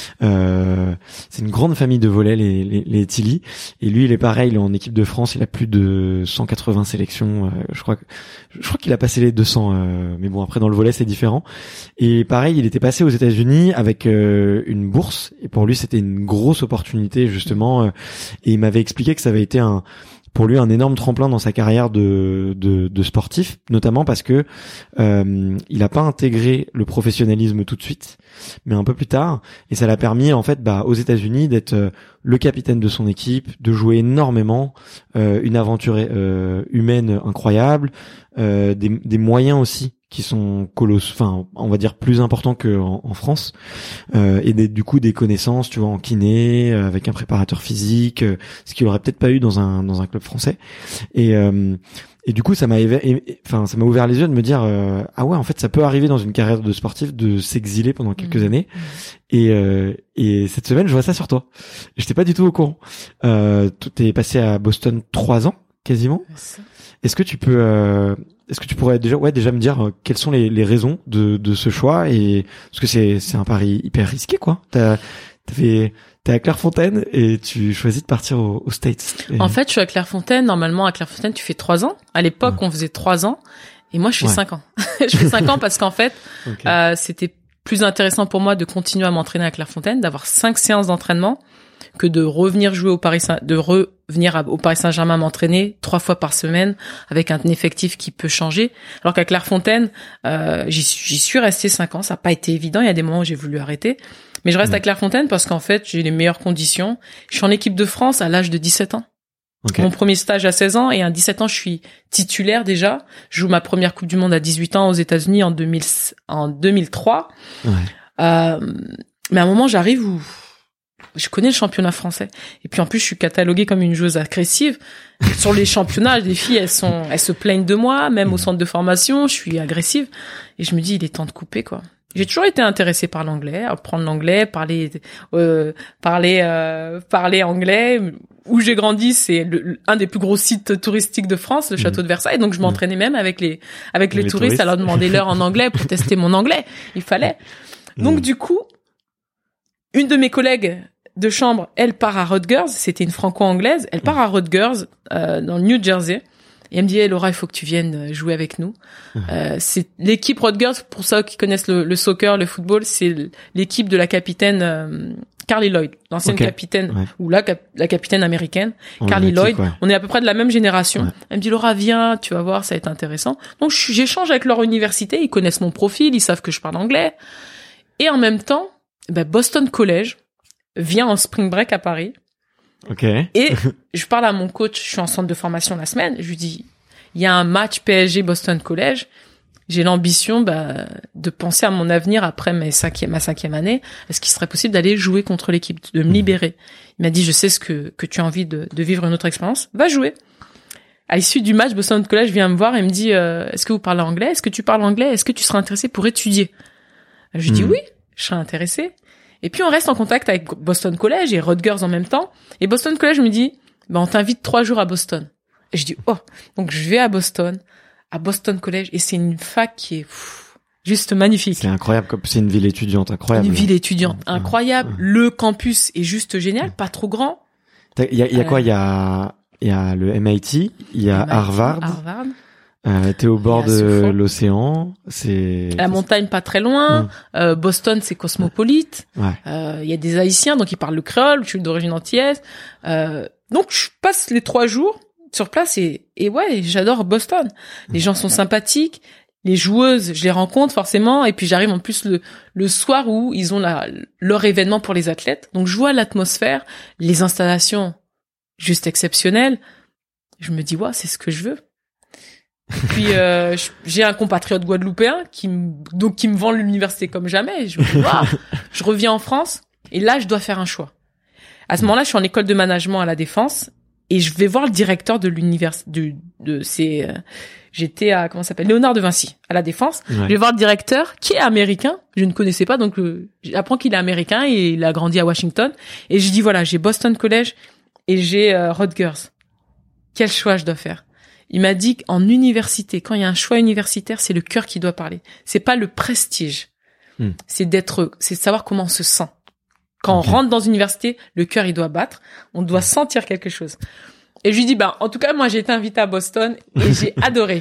Euh, c'est une grande famille de volley, les, les, les Tilly. Et lui, il est pareil, il est en équipe de France, il a plus de cent quatre-vingts sélections. Euh, je crois que je crois qu'il a passé les deux cents, euh, mais bon après dans le volley c'est différent. Et pareil, il était passé aux États-Unis avec euh, une bourse, et pour lui c'était une grosse opportunité justement. Euh, et il m'avait expliqué que ça avait été un pour lui un énorme tremplin dans sa carrière de de, de sportif, notamment parce que euh, il a pas intégré le professionnalisme tout de suite, mais un peu plus tard, et ça l'a permis en fait bah aux États-Unis d'être euh, le capitaine de son équipe, de jouer énormément, euh, une aventure euh, humaine incroyable, euh, des, des moyens aussi qui sont colossaux, enfin on va dire plus importants qu'en en France, euh, et des, du coup des connaissances, tu vois, en kiné, euh, avec un préparateur physique, euh, ce qu'il aurait peut-être pas eu dans un dans un club français. Et euh, et du coup ça m'a enfin ça m'a ouvert les yeux de me dire euh, ah ouais en fait ça peut arriver dans une carrière de sportif de s'exiler pendant quelques mmh. années. Et euh, et cette semaine je vois ça sur toi. J'étais pas du tout au courant. Euh, t'es passé à Boston trois ans quasiment. Est-ce que tu peux euh, est-ce que tu pourrais déjà ouais déjà me dire euh, quelles sont les, les raisons de, de ce choix, et parce que c'est c'est un pari hyper risqué quoi. T'as t'as fait t'es à Clairefontaine et tu choisis de partir aux, aux States. Et... En fait, je suis à Clairefontaine. Normalement, à Clairefontaine, tu fais trois ans. À l'époque, ouais. on faisait trois ans, et moi, je fais ouais. cinq ans. je fais cinq ans parce qu'en fait, okay. euh, c'était plus intéressant pour moi de continuer à m'entraîner à Clairefontaine, d'avoir cinq séances d'entraînement, que de revenir jouer au Paris Saint, de revenir à, au Paris Saint-Germain m'entraîner trois fois par semaine avec un effectif qui peut changer. Alors qu'à Clairefontaine, euh, j'y, j'y suis resté cinq ans. Ça n'a pas été évident. Il y a des moments où j'ai voulu arrêter. Mais je reste mmh. à Clairefontaine parce qu'en fait, j'ai les meilleures conditions. Je suis en équipe de France à l'âge de dix-sept ans. Okay. Mon premier stage à seize ans, et à dix-sept ans, je suis titulaire déjà. Je joue ma première Coupe du Monde à dix-huit ans aux États-Unis en deux mille, en deux mille trois. Ouais. Euh, mais à un moment, j'arrive où je connais le championnat français. Et puis en plus, je suis cataloguée comme une joueuse agressive. Sur les championnats, les filles, elles sont, elles se plaignent de moi, même au centre de formation, je suis agressive. Et je me dis, il est temps de couper, quoi. J'ai toujours été intéressée par l'anglais, apprendre l'anglais, parler, euh, parler, euh, parler anglais. Où j'ai grandi, c'est le, un des plus gros sites touristiques de France, le château mmh. de Versailles. Donc je m'entraînais même avec les, avec les, les touristes, touristes à leur demander l'heure en anglais pour tester mon anglais. Il fallait. Donc mmh. du coup, une de mes collègues de chambre, elle part à Rutgers, c'était une franco-anglaise, elle part à Rutgers, euh, dans le New Jersey, et elle me dit, hey, Laura, il faut que tu viennes jouer avec nous. Mmh. Euh, c'est l'équipe Rutgers, pour ceux qui connaissent le, le soccer, le football, c'est l'équipe de la capitaine euh, Carly Lloyd, l'ancienne okay. capitaine, ouais. ou la, la capitaine américaine, en Carly Lloyd. Ouais. On est à peu près de la même génération. Ouais. Elle me dit, Laura, viens, tu vas voir, ça va être intéressant. Donc j'échange avec leur université, ils connaissent mon profil, ils savent que je parle anglais. Et en même temps, ben, Boston College vient en spring break à Paris. Ok. Et je parle à mon coach, je suis en centre de formation la semaine, je lui dis, il y a un match P S G Boston College, j'ai l'ambition bah, de penser à mon avenir après mes cinquième, ma cinquième année, est-ce qu'il serait possible d'aller jouer contre l'équipe, de me libérer. Il m'a dit, je sais ce que, que tu as envie de, de vivre une autre expérience, va jouer. À l'issue du match, Boston College vient me voir et me dit, euh, est-ce que vous parlez anglais? Est-ce que tu parles anglais? Est-ce que tu serais intéressé pour étudier? Je lui dis mmh. oui, je serais intéressé. Et puis on reste en contact avec Boston College et Rutgers en même temps. Et Boston College me dit, ben on t'invite trois jours à Boston. Et je dis oh, donc je vais à Boston, à Boston College, et c'est une fac qui est pff, juste magnifique. C'est incroyable, c'est une ville étudiante incroyable. Une ville étudiante incroyable. Le campus est juste génial, pas trop grand. Il y a, il y a quoi? Il y a, il y a le M I T, il y a M I T, Harvard. Harvard. Euh, t'es au bord de l'océan, c'est la montagne pas très loin. Mmh. Euh, Boston, c'est cosmopolite. Il ouais. euh, y a des Haïtiens, donc ils parlent le créole. Je suis d'origine antillaise. Euh, donc je passe les trois jours sur place et, et ouais, j'adore Boston. Les gens sont sympathiques. Les joueuses, je les rencontre forcément. Et puis j'arrive en plus le, le soir où ils ont la, leur événement pour les athlètes. Donc je vois l'atmosphère, les installations juste exceptionnelles. Je me dis ouais, c'est ce que je veux. Puis euh, j'ai un compatriote guadeloupéen qui me, donc qui me vend l'université comme jamais. Je me dis, wow, je reviens en France et là je dois faire un choix. À ce moment-là, je suis en école de management à la Défense et je vais voir le directeur de l'université, de, de c'est, euh, j'étais à, comment ça s'appelle, Léonard de Vinci, à la Défense. Ouais. Je vais voir le directeur, qui est américain. Je ne connaissais pas, donc, euh, j'apprends qu'il est américain et il a grandi à Washington. Et je dis, voilà, j'ai Boston College et j'ai euh, Rutgers. Quel choix je dois faire? Il m'a dit qu'en université, quand il y a un choix universitaire, c'est le cœur qui doit parler. C'est pas le prestige. Hmm. C'est d'être, c'est de savoir comment on se sent. Quand okay. on rentre dans une université, le cœur, il doit battre. On doit sentir quelque chose. Et je lui dis, bah, en tout cas, moi, j'ai été invitée à Boston et j'ai adoré.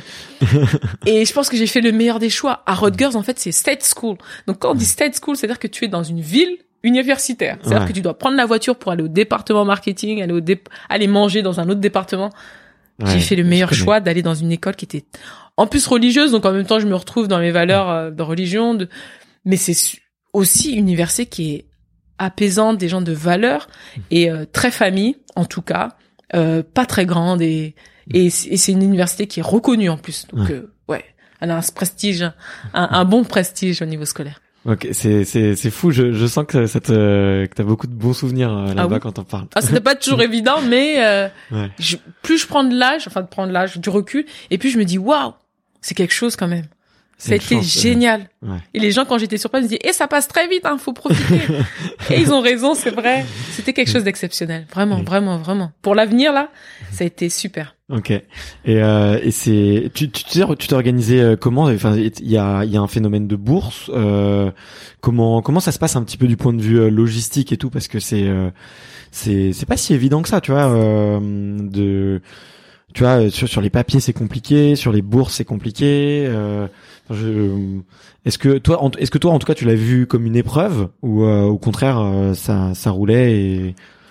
Et je pense que j'ai fait le meilleur des choix. À Rutgers, en fait, c'est state school. Donc, quand on dit state school, c'est-à-dire que tu es dans une ville universitaire. C'est-à-dire ouais. que tu dois prendre la voiture pour aller au département marketing, aller au dé- aller manger dans un autre département. Ouais, j'ai fait le meilleur choix d'aller dans une école qui était en plus religieuse. Donc, en même temps, je me retrouve dans mes valeurs euh, de religion. De... Mais c'est aussi une université qui est apaisante, des gens de valeur et euh, très famille, en tout cas. Euh, pas très grande et, et, et c'est une université qui est reconnue en plus. Donc, ouais, euh, ouais elle a un prestige, un, un bon prestige au niveau scolaire. Ok, c'est c'est c'est fou. Je je sens que ça te que t'as beaucoup de bons souvenirs euh, là-bas ah oui. quand t'en parles. Ah, c'était pas toujours évident, mais euh, ouais. je, plus je prends de l'âge, enfin de prendre l'âge, du recul, et puis je me dis waouh, c'est quelque chose quand même. Ça a été chance, génial. Ouais. Et les gens, quand j'étais sur place, me disaient, eh, ça passe très vite, hein, faut profiter. Et ils ont raison, c'est vrai. C'était quelque chose d'exceptionnel. Vraiment, oui. vraiment, vraiment. Pour l'avenir, là, ça a été super. Ok. Et, euh, et c'est, tu, tu, tu tu t'es organisé comment? Enfin, il y a, il y a un phénomène de bourse. Euh, comment, comment ça se passe un petit peu du point de vue logistique et tout? Parce que c'est, euh, c'est, c'est pas si évident que ça, tu vois, euh, de, tu vois, sur, sur les papiers, c'est compliqué, sur les bourses, c'est compliqué, euh, Je... Est-ce que toi, en... est-ce que toi, en tout cas, tu l'as vu comme une épreuve ou euh, au contraire, euh, ça, ça roulait et,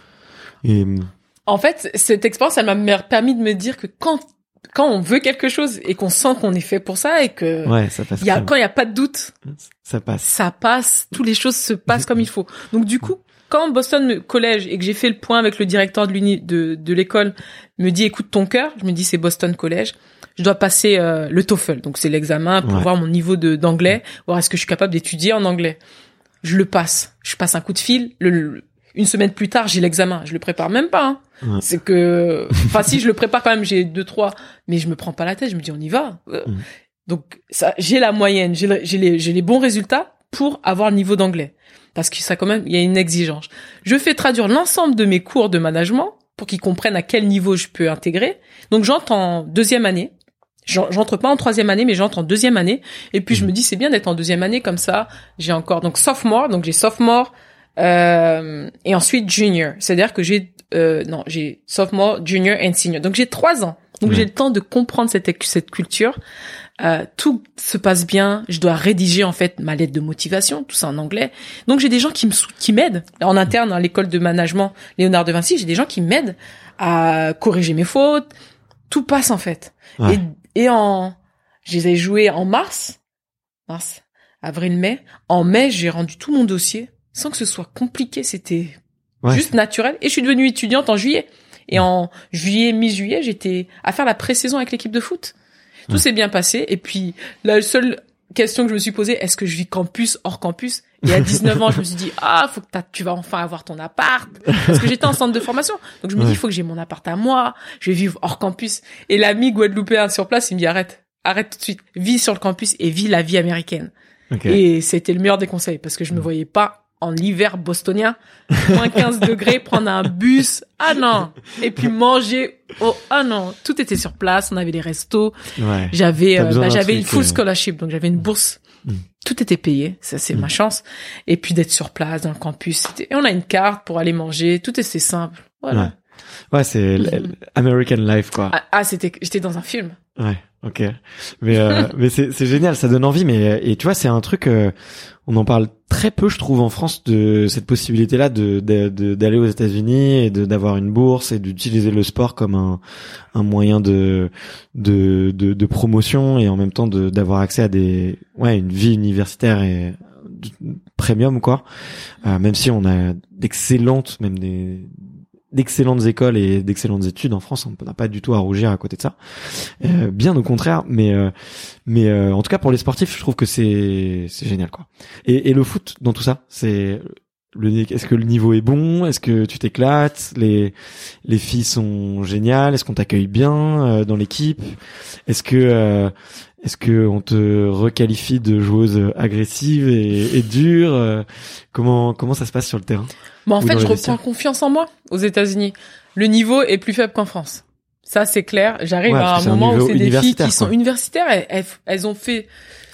et... En fait, cette expérience, elle m'a permis de me dire que quand quand on veut quelque chose et qu'on sent qu'on est fait pour ça et que ouais, ça passe. Il y a quand il y a pas de doute, ça passe. Ça passe. Toutes les choses se passent comme il faut. Donc du coup, quand Boston College et que j'ai fait le point avec le directeur de l'uni de de l'école me dit écoute ton cœur, je me dis c'est Boston College. Je dois passer euh, le TOEFL, donc c'est l'examen pour ouais. voir mon niveau de d'anglais, voir est-ce que je suis capable d'étudier en anglais. Je le passe, je passe un coup de fil. Le, le, une semaine plus tard, j'ai l'examen. Je le prépare même pas. Hein. Ouais. C'est que, enfin si je le prépare quand même, j'ai deux trois, mais je me prends pas la tête. Je me dis on y va. Euh, mmh. Donc ça, j'ai la moyenne, j'ai, le, j'ai les j'ai les bons résultats pour avoir le niveau d'anglais, parce que ça quand même il y a une exigence. Je fais traduire l'ensemble de mes cours de management pour qu'ils comprennent à quel niveau je peux intégrer. Donc j'entre en deuxième année. J'entre pas en troisième année, mais j'entre en deuxième année. Et puis, je me dis, c'est bien d'être en deuxième année, comme ça, j'ai encore, donc, sophomore, donc j'ai sophomore, euh, et ensuite junior. C'est-à-dire que j'ai, euh, non, j'ai sophomore, junior and senior. Donc, j'ai trois ans. Donc, ouais. j'ai le temps de comprendre cette, cette culture. Euh, tout se passe bien. Je dois rédiger, en fait, ma lettre de motivation, tout ça en anglais. Donc, j'ai des gens qui me, qui m'aident. En interne, à l'école de management Léonard de Vinci, j'ai des gens qui m'aident à corriger mes fautes. Tout passe, en fait. Ouais. Et, Et en, je les ai joués en mars, mars, avril, mai. En mai, j'ai rendu tout mon dossier sans que ce soit compliqué. C'était ouais. juste naturel. Et je suis devenue étudiante en juillet. Et en juillet, mi-juillet, j'étais à faire la pré-saison avec l'équipe de foot. Tout ouais. s'est bien passé. Et puis, la seule question que je me suis posée, est-ce que je vis campus, hors campus? Et à dix-neuf ans, je me suis dit, ah, faut que t'as, tu vas enfin avoir ton appart. Parce que j'étais en centre de formation. Donc, je me ouais. dis, il faut que j'ai mon appart à moi. Je vais vivre hors campus. Et l'ami guadeloupéen sur place, il me dit, arrête, arrête tout de suite. Vis sur le campus et vis la vie américaine. Okay. Et c'était le meilleur des conseils parce que je me voyais pas en l'hiver bostonien, moins quinze degrés, prendre un bus. Ah non. Et puis manger. Oh, ah non. Tout était sur place. On avait les restos. Ouais. J'avais, euh, bah, j'avais une full scholarship. Donc, j'avais une bourse. Mm. Tout était payé, ça c'est mmh. ma chance. Et puis d'être sur place dans le campus, c'était... et on a une carte pour aller manger, tout était simple. Voilà. Ouais, ouais c'est mmh. American life quoi. Ah, ah, c'était, j'étais dans un film. Ouais, ok. Mais euh, mais c'est c'est génial, ça donne envie. Mais et tu vois, c'est un truc, euh, on en parle très peu, je trouve, en France, de cette possibilité-là de, de, de d'aller aux États-Unis et de d'avoir une bourse et d'utiliser le sport comme un un moyen de de de, de promotion et en même temps de d'avoir accès à des ouais une vie universitaire et premium quoi. Euh, même si on a d'excellentes même des d'excellentes écoles et d'excellentes études en France, on n'a pas du tout à rougir à côté de ça. Euh, bien au contraire, mais euh, mais euh, en tout cas pour les sportifs, je trouve que c'est c'est génial quoi. Et, et le foot dans tout ça, c'est le, est-ce que le niveau est bon? Est-ce que tu t'éclates? Les, les filles sont géniales? Est-ce qu'on t'accueille bien euh, dans l'équipe? Est-ce que, euh, est-ce que on te requalifie de joueuse agressive et, et dure? euh, Comment, comment ça se passe sur le terrain? Bon, en fait, je reprends confiance en moi aux États-Unis. Le niveau est plus faible qu'en France. Ça, c'est clair. J'arrive ouais, à un moment un où c'est des filles qui quoi. sont universitaires. Elles, elles, elles ont fait,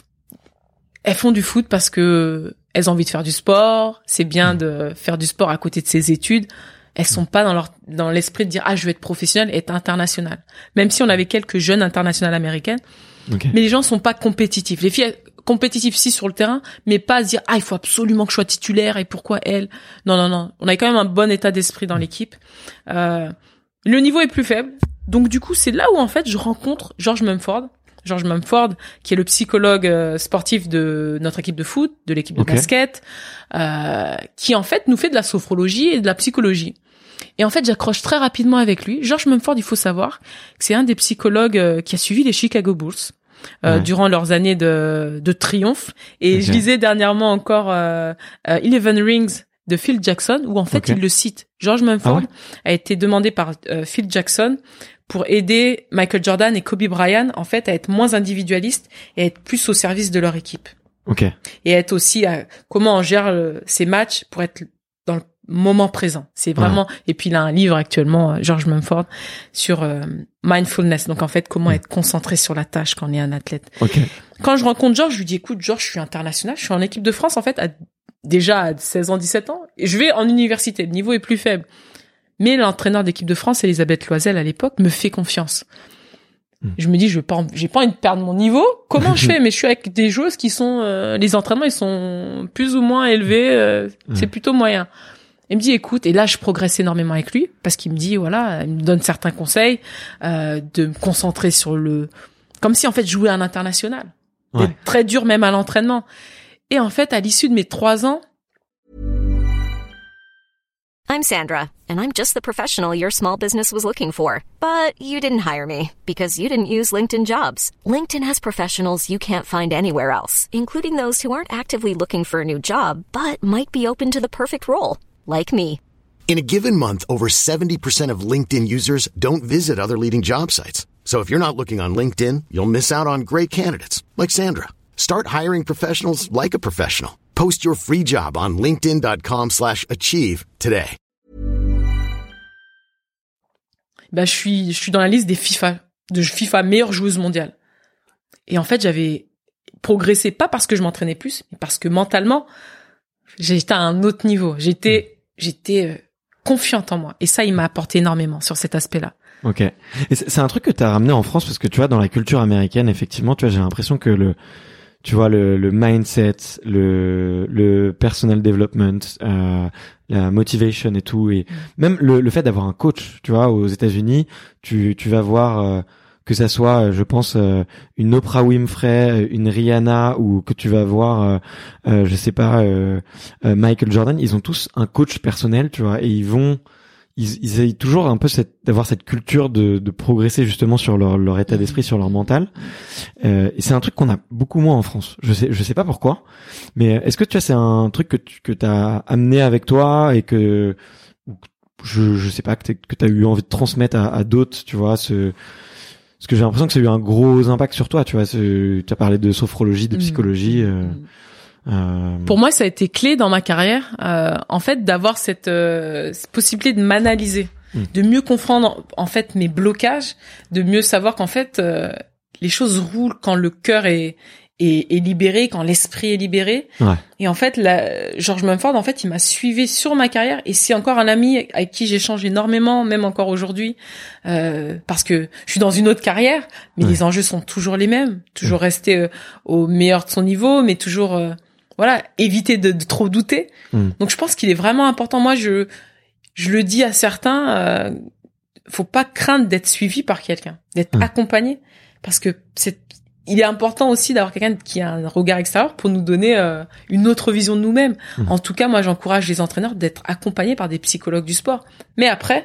elles font du foot parce que elles ont envie de faire du sport. C'est bien mmh. de faire du sport à côté de ses études. Elles sont pas dans leur, dans l'esprit de dire, ah, je veux être professionnelle et être internationale. Même si on avait quelques jeunes internationales américaines. Okay. Mais les gens sont pas compétitifs. Les filles, compétitives si sur le terrain, mais pas à se dire, ah, il faut absolument que je sois titulaire et pourquoi elle? Non, non, non. On a quand même un bon état d'esprit dans l'équipe. Euh, le niveau est plus faible. Donc, du coup, c'est là où, en fait, je rencontre George Mumford. George Mumford, qui est le psychologue euh, sportif de notre équipe de foot, de l'équipe de okay. basket, euh, qui en fait nous fait de la sophrologie et de la psychologie. Et en fait, j'accroche très rapidement avec lui. George Mumford, il faut savoir que c'est un des psychologues euh, qui a suivi les Chicago Bulls euh, ouais. durant leurs années de, de triomphe. Et okay. je lisais dernièrement encore euh, euh, Eleven Rings de Phil Jackson, où en fait okay. il le cite. George Mumford ah ouais a été demandé par euh, Phil Jackson pour aider Michael Jordan et Kobe Bryant, en fait, à être moins individualistes et à être plus au service de leur équipe. Ok. Et à être aussi à comment on gère euh, ces matchs pour être dans le moment présent. C'est vraiment, ouais. et puis il a un livre actuellement, George Mumford, sur euh, mindfulness. Donc en fait, comment ouais. être concentré sur la tâche quand on est un athlète. Ok. Quand je rencontre George, je lui dis, écoute, George, je suis international, je suis en équipe de France, en fait, à, déjà à seize ans, dix-sept ans, et je vais en université, le niveau est plus faible. Mais l'entraîneur d'équipe de France, Elisabeth Loisel, à l'époque, me fait confiance. Mmh. Je me dis, je veux pas, j'ai pas envie de perdre mon niveau. Comment je fais? Mais je suis avec des joueuses qui sont, euh, les entraînements, ils sont plus ou moins élevés, euh, mmh. c'est plutôt moyen. Il me dit, écoute, et là, je progresse énormément avec lui, parce qu'il me dit, voilà, il me donne certains conseils, euh, de me concentrer sur le, comme si, en fait, je jouais à un international. Ouais. D'être très dur, même à l'entraînement. Et en fait, à l'issue de mes trois ans, I'm Sandra, and I'm just the professional your small business was looking for. But you didn't hire me because you didn't use LinkedIn Jobs. LinkedIn has professionals you can't find anywhere else, including those who aren't actively looking for a new job, but might be open to the perfect role, like me. In a given month, over seventy percent of LinkedIn users don't visit other leading job sites. So if you're not looking on LinkedIn, you'll miss out on great candidates, like Sandra. Start hiring professionals like a professional. Post your free job on linkedin.com slash achieve today. Bah, je suis, je suis dans la liste des FIFA, de FIFA meilleure joueuse mondiale. Et en fait, j'avais progressé pas parce que je m'entraînais plus, mais parce que mentalement, j'étais à un autre niveau. J'étais, j'étais euh, confiante en moi. Et ça, il m'a apporté énormément sur cet aspect-là. Ok. Et c'est un truc que t'as ramené en France parce que tu vois, dans la culture américaine, effectivement, tu vois, j'ai l'impression que le, tu vois, le, le mindset, le, le personal development, euh, la motivation et tout, et même le, le fait d'avoir un coach, tu vois, aux États-Unis, tu, tu vas voir euh, que ça soit, je pense, euh, une Oprah Winfrey, une Rihanna, ou que tu vas voir, euh, euh, je sais pas, euh, euh, Michael Jordan, ils ont tous un coach personnel, tu vois, et ils vont, ils, ils essayent toujours un peu cette, d'avoir cette culture de, de progresser justement sur leur, leur état d'esprit, sur leur mental. Euh, et c'est un truc qu'on a beaucoup moins en France. Je sais, je sais pas pourquoi, mais est-ce que tu vois, c'est un truc que tu, que t'as amené avec toi et que, je, je sais pas, que, que t'as eu envie de transmettre à, à d'autres, tu vois, ce, parce que j'ai l'impression que ça a eu un gros impact sur toi, tu vois, ce, tu as parlé de sophrologie, de psychologie, euh, Euh... Pour moi, ça a été clé dans ma carrière, euh, en fait, d'avoir cette, euh, cette possibilité de m'analyser, mmh. de mieux comprendre en fait mes blocages, de mieux savoir qu'en fait euh, les choses roulent quand le cœur est, est, est libéré, quand l'esprit est libéré. Ouais. Et en fait, la, George Mumford, en fait, il m'a suivi sur ma carrière, et c'est encore un ami avec qui j'échange énormément, même encore aujourd'hui, euh, parce que je suis dans une autre carrière, mais ouais. les enjeux sont toujours les mêmes, toujours ouais. rester euh, au meilleur de son niveau, mais toujours euh, voilà, éviter de, de trop douter. Mm. Donc je pense qu'il est vraiment important. Moi, je je le dis à certains, euh, faut pas craindre d'être suivi par quelqu'un, d'être mm. accompagné, parce que c'est il est important aussi d'avoir quelqu'un qui a un regard extérieur pour nous donner euh, une autre vision de nous-mêmes. Mm. En tout cas, moi, j'encourage les entraîneurs d'être accompagnés par des psychologues du sport. Mais après,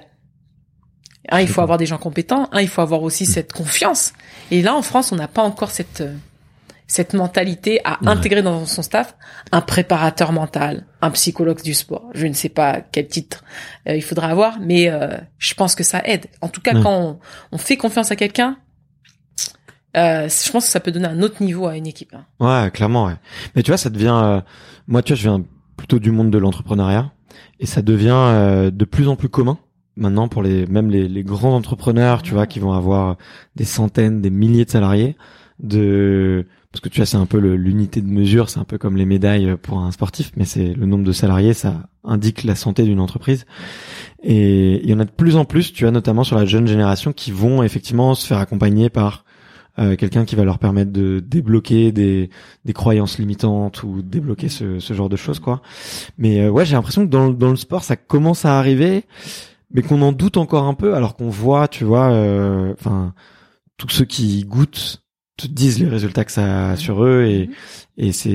hein, il faut avoir des gens compétents, hein, il faut avoir aussi mm. cette confiance. Et là, en France, on n'a pas encore cette euh, cette mentalité à ouais. intégrer dans son staff un préparateur mental, un psychologue du sport. Je ne sais pas quel titre euh, il faudra avoir, mais euh, je pense que ça aide. En tout cas, ouais. quand on, on fait confiance à quelqu'un, euh, je pense que ça peut donner un autre niveau à une équipe. Hein. Ouais, clairement. Ouais. Mais tu vois, ça devient. Euh, moi, tu vois, je viens plutôt du monde de l'entrepreneuriat et ça devient euh, de plus en plus commun. Maintenant, pour les même les, les grands entrepreneurs, tu vois, qui vont avoir des centaines, des milliers de salariés, de parce que tu vois, c'est un peu le, l'unité de mesure, c'est un peu comme les médailles pour un sportif, mais c'est le nombre de salariés, ça indique la santé d'une entreprise. Et il y en a de plus en plus, tu vois, notamment sur la jeune génération, qui vont effectivement se faire accompagner par euh, quelqu'un qui va leur permettre de débloquer des des croyances limitantes ou débloquer ce ce genre de choses, quoi. Mais euh, ouais, j'ai l'impression que dans dans le sport, ça commence à arriver. Mais qu'on en doute encore un peu, alors qu'on voit, tu vois, enfin, euh, tous ceux qui goûtent te disent les résultats que ça a sur eux, et et c'est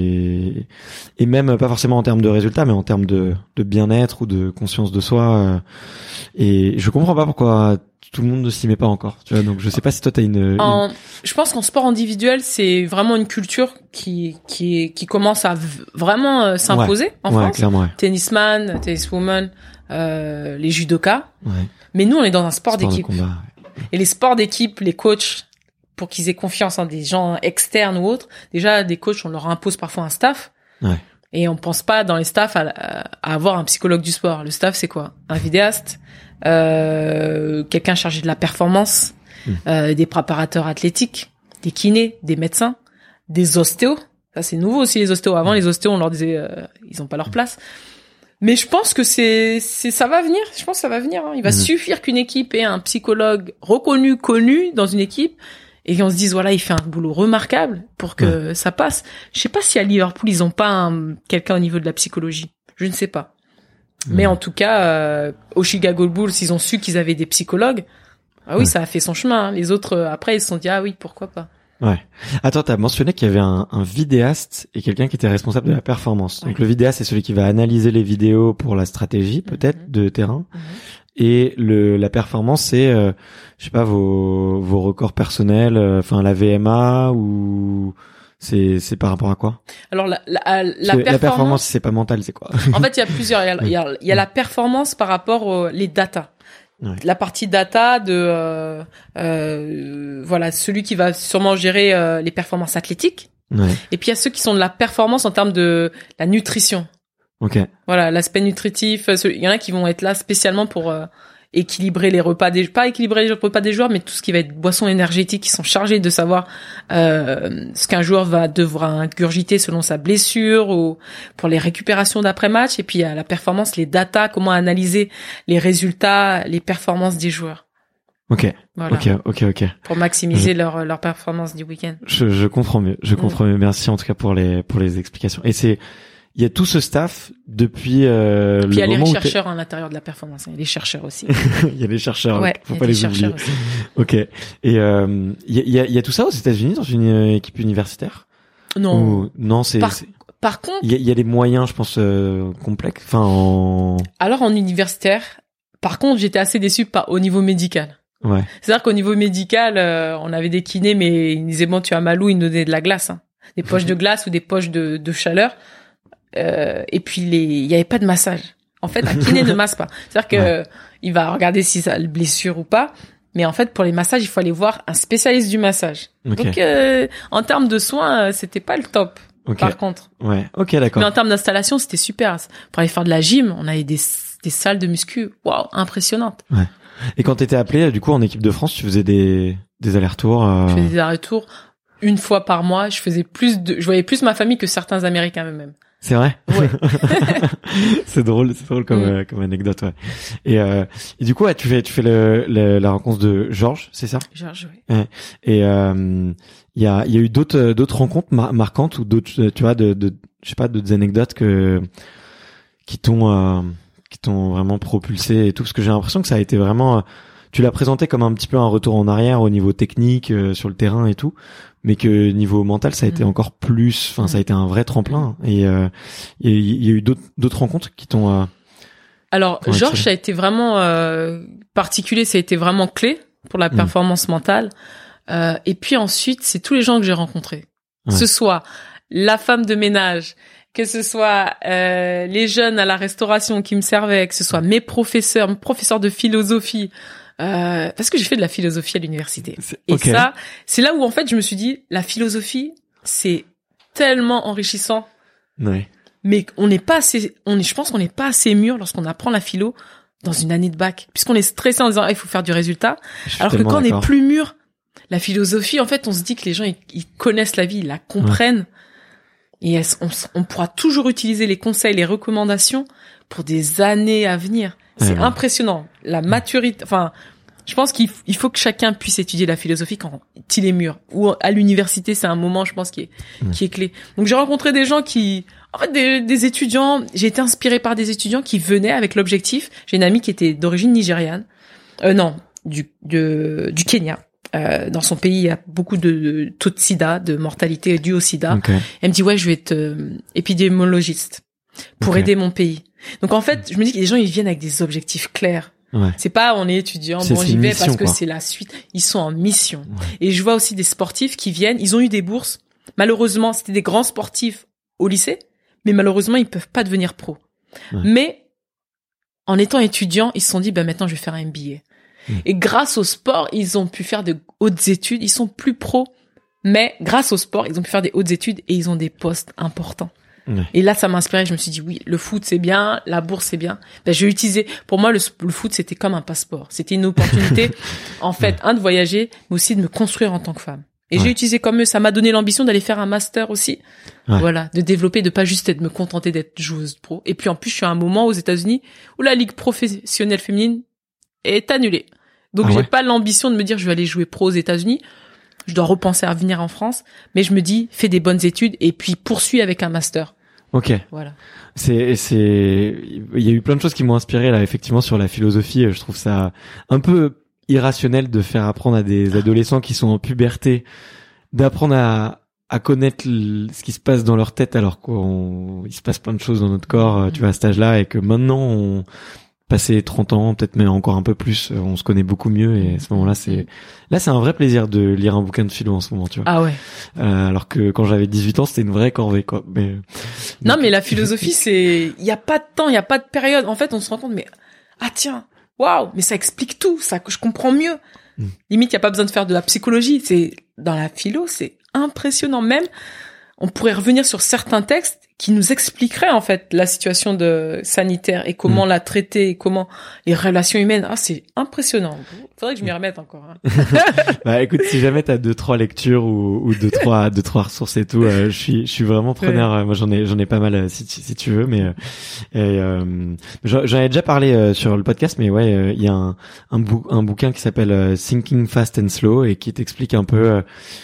et même pas forcément en termes de résultats, mais en termes de de bien-être ou de conscience de soi. Euh, et je comprends pas pourquoi tout le monde ne s'y met pas encore, tu vois. Donc je sais pas si toi t'as une. une... En, je pense qu'en sport individuel, c'est vraiment une culture qui qui qui commence à v- vraiment euh, s'imposer ouais. en ouais, France. Clairement, ouais. Tennisman, tenniswoman. Euh, les judokas. Ouais. Mais nous, on est dans un sport, sport d'équipe. De combat, ouais. Et les sports d'équipe, les coachs, pour qu'ils aient confiance en des gens externes ou autres, déjà, des coachs, on leur impose parfois un staff. Ouais. Et on pense pas dans les staffs à, à avoir un psychologue du sport. Le staff, c'est quoi? Un vidéaste, euh, quelqu'un chargé de la performance, mmh. euh, des préparateurs athlétiques, des kinés, des médecins, des ostéos. Ça, c'est nouveau aussi, les ostéos. Avant, mmh. les ostéos, on leur disait, euh, ils ont pas leur place. Mais je pense que c'est, c'est, ça va venir. Je pense que ça va venir. Hein. Il va mmh. suffire qu'une équipe ait un psychologue reconnu, connu dans une équipe, et qu'on se dise voilà, il fait un boulot remarquable pour que ouais. ça passe. Je sais pas si à Liverpool ils ont pas un, quelqu'un au niveau de la psychologie. Je ne sais pas. Mmh. Mais en tout cas, euh, au Chicago Bulls, ils ont su qu'ils avaient des psychologues. Ah oui, ouais. ça a fait son chemin. Hein. Les autres, euh, après, ils se sont dit ah oui, pourquoi pas. Ouais. Attends, t'as mentionné qu'il y avait un, un vidéaste et quelqu'un qui était responsable de la performance. Ouais. Donc le vidéaste, c'est celui qui va analyser les vidéos pour la stratégie, peut-être, mm-hmm. de terrain. Mm-hmm. Et le la performance, c'est, euh, je sais pas, vos vos records personnels, enfin euh, la V M A ou c'est c'est par rapport à quoi? Alors la la, la, performance, la performance, c'est pas mental, c'est quoi? En fait, il y a plusieurs. Il y a, il y a, il y a la performance par rapport aux les datas. Ouais. La partie data de euh, euh, voilà, celui qui va sûrement gérer euh, les performances athlétiques. Ouais. Et puis il y a ceux qui sont de la performance en termes de la nutrition. Ok. Voilà, l'aspect nutritif. Il y en a qui vont être là spécialement pour euh, équilibrer les repas des pas équilibrer les repas des joueurs, mais tout ce qui va être boissons énergétiques, qui sont chargés de savoir euh, ce qu'un joueur va devoir ingurgiter selon sa blessure ou pour les récupérations d'après match. Et puis il y a la performance, les datas, comment analyser les résultats, les performances des joueurs. Ok. Voilà. Ok. Ok. Ok. Pour maximiser je... leur leur performance du week-end. Je, je comprends mieux. Je comprends mmh. mieux. Merci en tout cas pour les pour les explications. Et c'est il y a tout ce staff depuis euh, Puis le moment où... Puis il y a les chercheurs à l'intérieur de la performance. Il y a les chercheurs aussi. Il y a les chercheurs, ouais, faut pas les oublier. Aussi. Ok. Et euh, il y a, il y, a, il y a tout ça aux États-Unis dans une euh, équipe universitaire? Non. Ou, non, c'est... Par, c'est... par contre... Il y a, il y a des moyens, je pense, euh, complexes. Enfin, en... Alors, en universitaire, par contre, j'étais assez déçue par, au niveau médical. Ouais. C'est-à-dire qu'au niveau médical, euh, on avait des kinés, mais ils disaient, bon, tu as mal où? Ils nous donnaient de la glace. Hein. Des poches de glace ou des poches de, de chaleur. Euh, et puis les, il y avait pas de massage. En fait, un kiné ne masse pas. C'est-à-dire que ouais. il va regarder si ça a une blessure ou pas. Mais en fait, pour les massages, il faut aller voir un spécialiste du massage. Okay. Donc, euh, en termes de soins, c'était pas le top. Okay. Par contre. Ouais. Ok, d'accord. Mais en termes d'installation, c'était super. Pour aller faire de la gym, on avait des des salles de muscu, waouh, impressionnantes. Ouais. Et quand t'étais appelé, du coup, en équipe de France, tu faisais des des allers-retours. Euh... Je faisais des allers-retours une fois par mois. Je faisais plus de, je voyais plus ma famille que certains Américains eux-mêmes. C'est vrai. Ouais. c'est drôle, c'est drôle comme mm. euh, comme anecdote, ouais. Et euh, et du coup, ouais, tu fais tu fais le, le la rencontre de Georges, c'est ça? Georges, oui. Ouais. Et il euh, y a il y a eu d'autres d'autres rencontres mar- marquantes ou d'autres, tu vois, de de je sais pas, d'autres anecdotes que qui t'ont euh, qui t'ont vraiment propulsé et tout, parce que j'ai l'impression que ça a été vraiment, euh, tu l'as présenté comme un petit peu un retour en arrière au niveau technique, euh, sur le terrain et tout, mais que niveau mental ça a été mmh. encore plus, enfin mmh. ça a été un vrai tremplin. Et il euh, y, y a eu d'autres d'autres rencontres qui t'ont euh, alors Georges, ça a été vraiment euh, particulier, ça a été vraiment clé pour la performance mmh. mentale, euh, et puis ensuite c'est tous les gens que j'ai rencontrés. que ce soit la femme de ménage, que ce soit euh, les jeunes à la restauration qui me servaient, que ce soit mes professeurs, mes professeurs de philosophie, euh, parce que j'ai fait de la philosophie à l'université. C'est, et okay. ça, c'est là où en fait je me suis dit, la philosophie, c'est tellement enrichissant. Ouais. Mais on n'est pas assez, on est, je pense qu'on n'est pas assez mûr lorsqu'on apprend la philo dans une année de bac, puisqu'on est stressé en disant ah, il faut faire du résultat, alors que quand d'accord. on est plus mûr, la philosophie, en fait, on se dit que les gens ils, ils connaissent la vie, ils la comprennent, ouais. et elles, on, on pourra toujours utiliser les conseils, les recommandations pour des années à venir. C'est ouais, ouais. impressionnant, la maturité. Enfin, je pense qu'il il faut que chacun puisse étudier la philosophie quand il est mûr. Ou à l'université, c'est un moment, je pense, qui est ouais. qui est clé. Donc j'ai rencontré des gens qui En fait, des, des étudiants, j'ai été inspirée par des étudiants qui venaient avec l'objectif. J'ai une amie qui était d'origine nigériane, euh, non, du de, du Kenya. Euh, dans son pays, il y a beaucoup de, de taux de sida, de mortalité due au sida. Okay. Elle me dit ouais, je vais être euh, épidémiologiste pour okay. aider mon pays. Donc en fait, je me dis que les gens ils viennent avec des objectifs clairs. Ouais. C'est pas on est étudiant, c'est, bon j'y vais mission, parce que quoi. C'est la suite. Ils sont en mission. Ouais. Et je vois aussi des sportifs qui viennent. Ils ont eu des bourses. Malheureusement, c'était des grands sportifs au lycée. Mais malheureusement, ils peuvent pas devenir pro. Ouais. Mais en étant étudiants, ils se sont dit, ben maintenant, je vais faire un M B A. Mmh. Et grâce au sport, ils ont pu faire de hautes études. Ils sont plus pros, mais grâce au sport, ils ont pu faire des hautes études et ils ont des postes importants. Ouais. Et là, ça m'a inspiré. Je me suis dit, oui, le foot, c'est bien, la bourse, c'est bien. Ben, j'ai utilisé. Pour moi, le, le foot, c'était comme un passeport. C'était une opportunité, en fait, ouais. un de voyager, mais aussi de me construire en tant que femme. Et ouais. j'ai utilisé comme eux, ça m'a donné l'ambition d'aller faire un master aussi. Ouais. Voilà, de développer, de pas juste être, me contenter d'être joueuse pro. Et puis en plus, je suis à un moment aux États-Unis où la ligue professionnelle féminine est annulée. Donc ah j'ai ouais. pas l'ambition de me dire je vais aller jouer pro aux États-Unis. Je dois repenser à venir en France, mais je me dis fais des bonnes études et puis poursuis avec un master. Ok. Voilà. C'est c'est il y a eu plein de choses qui m'ont inspiré là effectivement sur la philosophie, je trouve ça un peu irrationnel de faire apprendre à des adolescents qui sont en puberté d'apprendre à à connaître le, ce qui se passe dans leur tête alors qu'il se passe plein de choses dans notre corps, tu vois, à cet âge-là, et que maintenant on passé trente ans, peut-être même encore un peu plus, on se connaît beaucoup mieux, et à ce moment-là, c'est là c'est un vrai plaisir de lire un bouquin de philo en ce moment, tu vois. Ah ouais. Euh, alors que quand j'avais dix-huit ans, c'était une vraie corvée, quoi. Mais non, donc... mais la philosophie, c'est il y a pas de temps, il y a pas de période. En fait, on se rend compte, mais ah tiens, waouh, mais ça explique tout, ça que je comprends mieux. Mm. Limite, il y a pas besoin de faire de la psychologie. C'est dans la philo, c'est impressionnant. Même, on pourrait revenir sur certains textes qui nous expliqueraient en fait la situation de sanitaire et comment mmh. la traiter, et comment les relations humaines. Ah, c'est impressionnant. Faudrait que je m'y remette encore. Hein. Bah écoute, si jamais t'as deux trois lectures ou, ou deux trois deux trois ressources et tout, euh, je suis je suis vraiment preneur. Ouais. Moi j'en ai j'en ai pas mal si tu, si tu veux, mais euh, et, euh, j'en, j'en ai déjà parlé euh, sur le podcast, mais ouais, il euh, y a un un, bou- un bouquin qui s'appelle euh, Thinking Fast and Slow et qui t'explique un peu. Euh,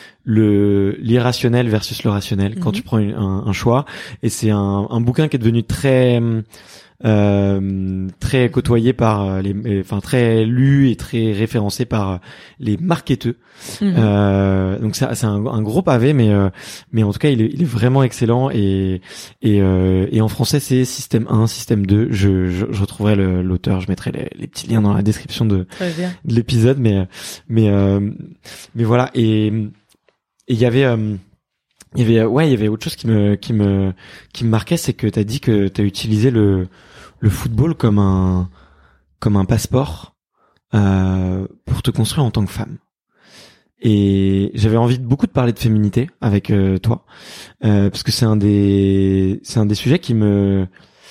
le l'irrationnel versus le rationnel mmh. quand tu prends une, un, un choix, et c'est un, un bouquin qui est devenu très euh, très côtoyé par les, enfin très lu et très référencé par les marketeurs. Mmh. Euh, donc c'est, c'est un, un gros pavé, mais euh, mais en tout cas il est, il est vraiment excellent, et et euh, et en français c'est système un, système deux. Je je, je retrouverai le, l'auteur, je mettrai les, les petits liens dans la description de, de l'épisode, mais mais euh, mais voilà. Et Et il y avait, euh, il y avait, ouais, il y avait autre chose qui me, qui me, qui me marquait, c'est que t'as dit que t'as utilisé le, le football comme un, comme un passeport, euh, pour te construire en tant que femme. Et j'avais envie de beaucoup de parler de féminité avec euh, toi, euh, parce que c'est un des, c'est un des sujets qui me,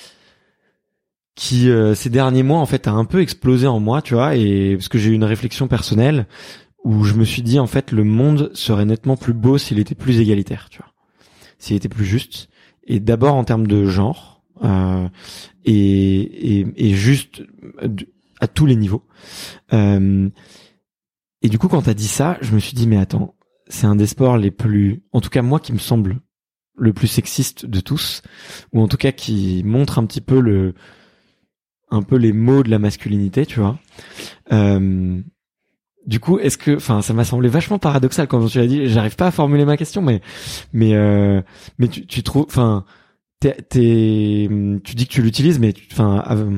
qui euh, ces derniers mois en fait a un peu explosé en moi, tu vois, et parce que j'ai eu une réflexion personnelle où je me suis dit en fait le monde serait nettement plus beau s'il était plus égalitaire, tu vois, s'il était plus juste, et d'abord en termes de genre, euh, et, et et juste à tous les niveaux. Euh, et du coup quand t'as dit ça, je me suis dit mais attends, c'est un des sports les plus, en tout cas moi qui me semble le plus sexiste de tous, ou en tout cas qui montre un petit peu le, un peu les mots de la masculinité, tu vois. Euh, Du coup, est-ce que, enfin, ça m'a semblé vachement paradoxal quand tu l'as dit. J'arrive pas à formuler ma question, mais, mais, euh, mais tu, tu trouves, enfin, t'es, t'es, tu dis que tu l'utilises, mais, enfin, euh,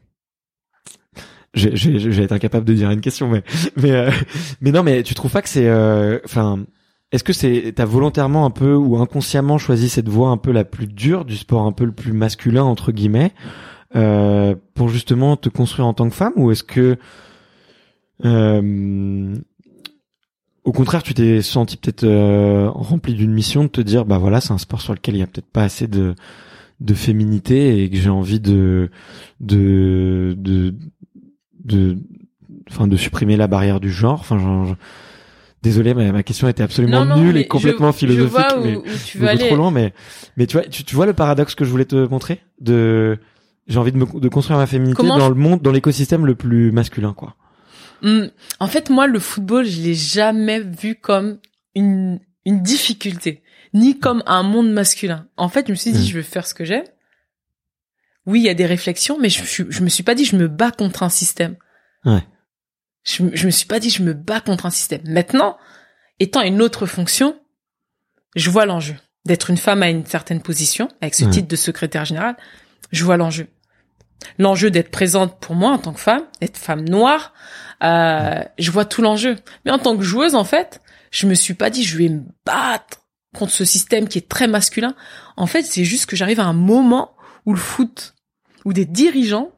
je, je, je vais être incapable de dire une question, mais, mais, euh, mais non, mais tu trouves pas que c'est, enfin, euh, est-ce que c'est t'as volontairement un peu ou inconsciemment choisi cette voie un peu la plus dure du sport un peu le plus masculin entre guillemets euh, pour justement te construire en tant que femme, ou est-ce que euh, au contraire tu t'es senti peut-être euh, rempli d'une mission de te dire bah voilà, c'est un sport sur lequel il y a peut-être pas assez de de féminité et que j'ai envie de de de de enfin de supprimer la barrière du genre, enfin genre, genre, désolé, ma, ma question était absolument non, non, nulle et complètement je, philosophique, je vois où, mais où tu veux aller. trop loin, mais mais tu vois tu, tu vois le paradoxe que je voulais te montrer de j'ai envie de me de construire ma féminité Comment dans je... le monde, dans l'écosystème le plus masculin, quoi. Mmh. En fait, moi, le football, je l'ai jamais vu comme une une difficulté, ni comme un monde masculin. En fait, je me suis dit, mmh. je vais faire ce que j'aime. Oui, il y a des réflexions, mais je, je, je me suis pas dit, je me bats contre un système. Ouais. Je, je me suis pas dit, je me bats contre un système. Maintenant, étant une autre fonction, je vois l'enjeu. D'être une femme à une certaine position, avec ce ouais. titre de secrétaire général, je vois l'enjeu. L'enjeu d'être présente pour moi en tant que femme, d'être femme noire, euh, ouais. je vois tout l'enjeu. Mais en tant que joueuse, en fait, je me suis pas dit, je vais me battre contre ce système qui est très masculin. En fait, c'est juste que j'arrive à un moment où le foot, où des dirigeants,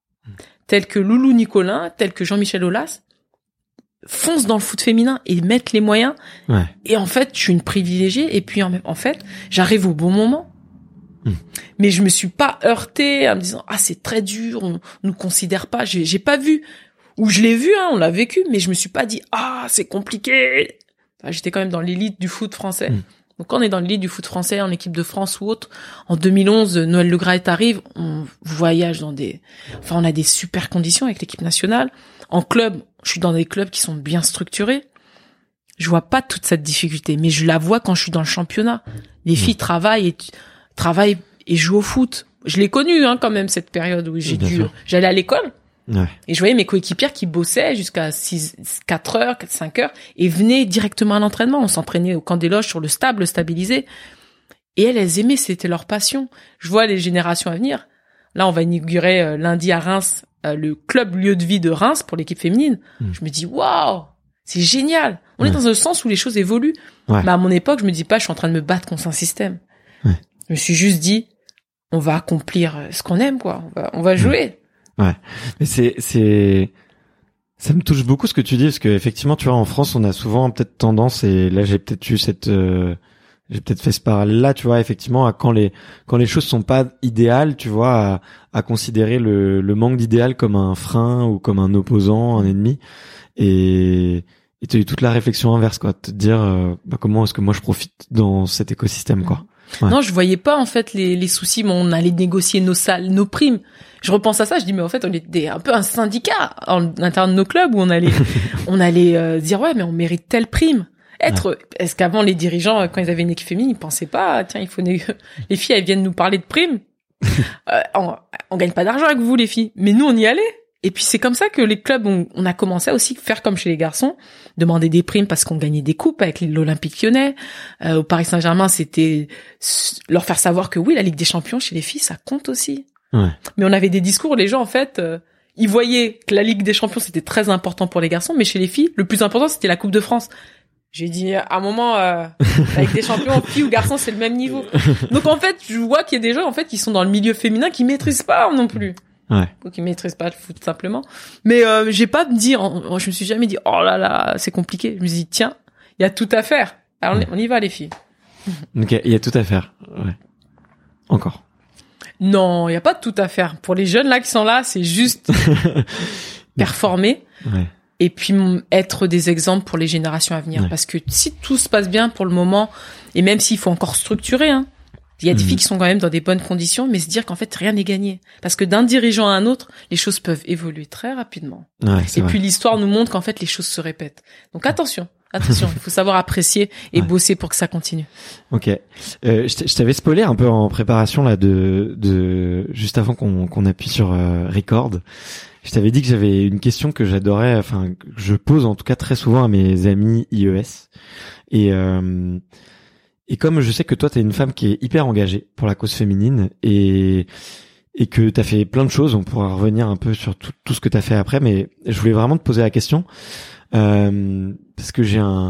tels que Loulou Nicolin, tels que Jean-Michel Aulas, foncent dans le foot féminin et mettent les moyens. Ouais. Et en fait, je suis une privilégiée. Et puis, en, en fait, j'arrive au bon moment. Mmh. Mais je me suis pas heurtée en me disant, ah, c'est très dur, on nous considère pas. J'ai, j'ai pas vu, ou je l'ai vu, hein, on l'a vécu, mais je me suis pas dit, ah, c'est compliqué. Enfin, j'étais quand même dans l'élite du foot français. Mmh. Donc, quand on est dans l'élite du foot français, en équipe de France ou autre, en deux mille onze, Noël Le Graët arrive, on voyage dans des, enfin, on a des super conditions avec l'équipe nationale. En club, je suis dans des clubs qui sont bien structurés. Je vois pas toute cette difficulté, mais je la vois quand je suis dans le championnat. Les filles travaillent et, travaillent et jouent au foot. Je l'ai connu, hein, quand même, cette période où j'ai bien dû, sûr. J'allais à l'école. Ouais. Et je voyais mes coéquipières qui bossaient jusqu'à six, quatre heures, cinq heures, et venaient directement à l'entraînement. On s'entraînait au camp des loges sur le stable, stabilisé. Et elles, elles aimaient, c'était leur passion. Je vois les générations à venir. Là, on va inaugurer euh, lundi à Reims, euh, le club lieu de vie de Reims pour l'équipe féminine. Mmh. Je me dis, waouh, c'est génial. On ouais. est dans un sens où les choses évoluent. Ouais. Mais à mon époque, je me dis pas, je suis en train de me battre contre un système. Ouais. Je me suis juste dit, on va accomplir ce qu'on aime, quoi. On va, on va jouer. Ouais, mais c'est c'est ça me touche beaucoup ce que tu dis, parce que effectivement, tu vois, en France, on a souvent peut-être tendance, et là j'ai peut-être eu cette euh, j'ai peut-être fait ce parallèle là, tu vois, effectivement, à quand les quand les choses sont pas idéales, tu vois, à, à considérer le le manque d'idéal comme un frein ou comme un opposant, un ennemi, et et tu as eu toute la réflexion inverse, quoi, te dire euh, bah, comment est-ce que moi je profite dans cet écosystème, quoi. Ouais. Non, je voyais pas en fait les les soucis, mais on allait négocier nos salles, nos primes. Je repense à ça, je dis mais en fait on était un peu un syndicat en l'intérieur de nos clubs où on allait on allait euh, dire ouais mais on mérite telle prime. Être ouais. Est-ce qu'avant les dirigeants quand ils avaient une équipe féminine, ils pensaient pas tiens, il faut né... les filles elles viennent nous parler de primes. euh, on, on gagne pas d'argent avec vous les filles, mais nous on y allait. Et puis c'est comme ça que les clubs ont, on a commencé à aussi faire comme chez les garçons, demander des primes parce qu'on gagnait des coupes avec l'Olympique Lyonnais. Euh, au Paris Saint-Germain, c'était leur faire savoir que oui, la Ligue des Champions chez les filles, ça compte aussi. Ouais. Mais on avait des discours, les gens en fait, euh, ils voyaient que la Ligue des Champions c'était très important pour les garçons, mais chez les filles, le plus important c'était la Coupe de France. J'ai dit à un moment, euh, la Ligue des Champions, filles ou garçons, c'est le même niveau. Donc en fait, je vois qu'il y a des gens en fait qui sont dans le milieu féminin qui maîtrisent pas non plus. Ouais. Ou qui maîtrisent pas le foot simplement. Mais euh, j'ai pas me dire, je me suis jamais dit oh là là, c'est compliqué. Je me suis dit tiens, il y a tout à faire. Alors ouais. on y va les filles. Ok, il y a tout à faire. Ouais. Encore. Non, il y a pas tout à faire. Pour les jeunes là qui sont là, c'est juste performer. Ouais. Et puis être des exemples pour les générations à venir. Ouais. Parce que si tout se passe bien pour le moment, et même s'il faut encore structurer, hein, il y a des mmh. filles qui sont quand même dans des bonnes conditions, mais se dire qu'en fait rien n'est gagné. Parce que d'un dirigeant à un autre, les choses peuvent évoluer très rapidement. Ouais, et vrai. Puis l'histoire nous montre qu'en fait les choses se répètent. Donc attention, attention, il faut savoir apprécier et ouais. bosser pour que ça continue. Ok. Euh, je t'avais spoilé un peu en préparation là de de juste avant qu'on qu'on appuie sur euh, record. Je t'avais dit que j'avais une question que j'adorais, enfin que je pose en tout cas très souvent à mes amis I E S. Et euh, Et comme je sais que toi, t'es une femme qui est hyper engagée pour la cause féminine et et que t'as fait plein de choses, on pourra revenir un peu sur tout, tout ce que t'as fait après, mais je voulais vraiment te poser la question euh, parce que j'ai un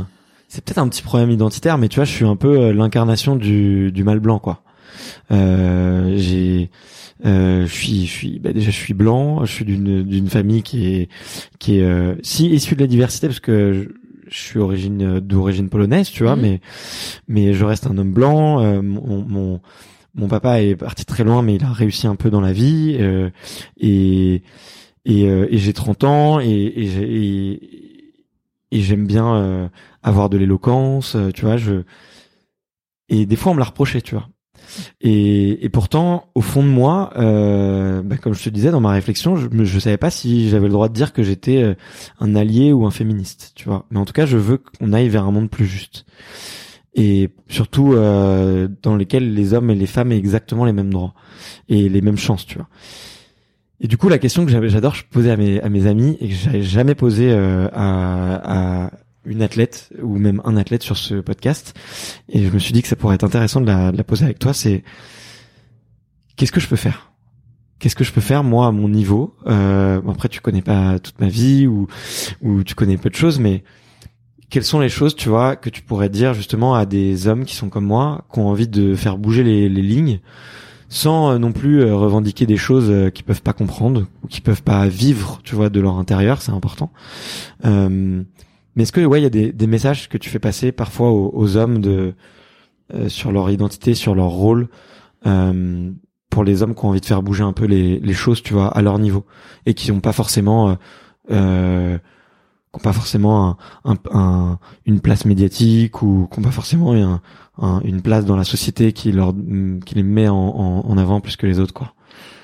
c'est peut-être un petit problème identitaire, mais tu vois, je suis un peu euh, l'incarnation du, du mâle blanc, quoi. Euh, j'ai, euh, je suis, je suis, bah déjà, je suis blanc. Je suis d'une, d'une famille qui est, qui est, euh, si issue de la diversité, parce que je, je suis origine, d'origine polonaise, tu vois, mmh. mais, mais je reste un homme blanc. Euh, mon, mon, mon papa est parti très loin, mais il a réussi un peu dans la vie. Euh, et, et, euh, et j'ai trente ans, et, et, j'ai, et, et j'aime bien euh, avoir de l'éloquence, tu vois. Je, et des fois, on me l'a reproché, tu vois. Et, et pourtant, au fond de moi, euh, bah, comme je te disais dans ma réflexion, je, je savais pas si j'avais le droit de dire que j'étais euh, un allié ou un féministe, tu vois. Mais en tout cas, je veux qu'on aille vers un monde plus juste, et surtout euh, dans lequel les hommes et les femmes aient exactement les mêmes droits et les mêmes chances, tu vois. Et du coup, la question que j'adore poser à mes à mes amis et que j'avais jamais posée euh, à, à une athlète ou même un athlète sur ce podcast, et je me suis dit que ça pourrait être intéressant de la, de la poser avec toi, c'est qu'est-ce que je peux faire qu'est-ce que je peux faire moi à mon niveau. Euh, après, tu connais pas toute ma vie, ou ou tu connais peu de choses, mais quelles sont les choses, tu vois, que tu pourrais dire justement à des hommes qui sont comme moi, qui ont envie de faire bouger les, les lignes, sans non plus revendiquer des choses qu'ils peuvent pas comprendre ou qu'ils peuvent pas vivre, tu vois, de leur intérieur. C'est important. Euh, Mais est-ce que, ouais, il y a des, des messages que tu fais passer parfois aux, aux hommes de euh, sur leur identité, sur leur rôle, euh, pour les hommes qui ont envie de faire bouger un peu les, les choses, tu vois, à leur niveau, et qui n'ont pas forcément, euh, euh, qui n'ont pas forcément un, un, un, une place médiatique, ou qui n'ont pas forcément un, un, une place dans la société qui leur qui les met en, en, en avant plus que les autres, quoi.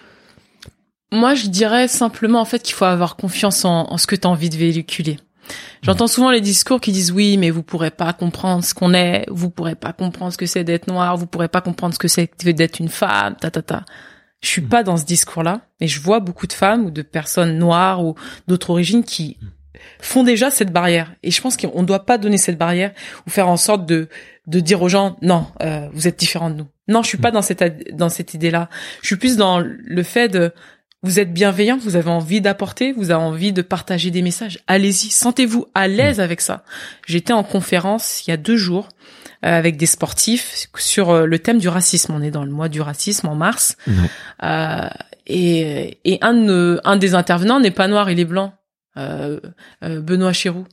Moi, je dirais simplement en fait qu'il faut avoir confiance en, en ce que tu as envie de véhiculer. J'entends souvent les discours qui disent oui, mais vous pourrez pas comprendre ce qu'on est, vous pourrez pas comprendre ce que c'est d'être noir, vous pourrez pas comprendre ce que c'est d'être une femme, ta ta ta. Je suis pas dans ce discours-là, et je vois beaucoup de femmes ou de personnes noires ou d'autres origines qui font déjà cette barrière. Et je pense qu'on doit pas donner cette barrière ou faire en sorte de de dire aux gens non, euh, vous êtes différents de nous. Non, je suis pas dans cette dans cette idée-là. Je suis plus dans le fait de vous êtes bienveillant, vous avez envie d'apporter, vous avez envie de partager des messages. Allez-y, sentez-vous à l'aise avec ça. J'étais en conférence il y a deux jours euh, avec des sportifs sur euh, le thème du racisme. On est dans le mois du racisme en mars. Mmh. Euh, et, et un, de, un des intervenants n'est pas noir, il est blanc. Euh, euh, Benoît Chéroux.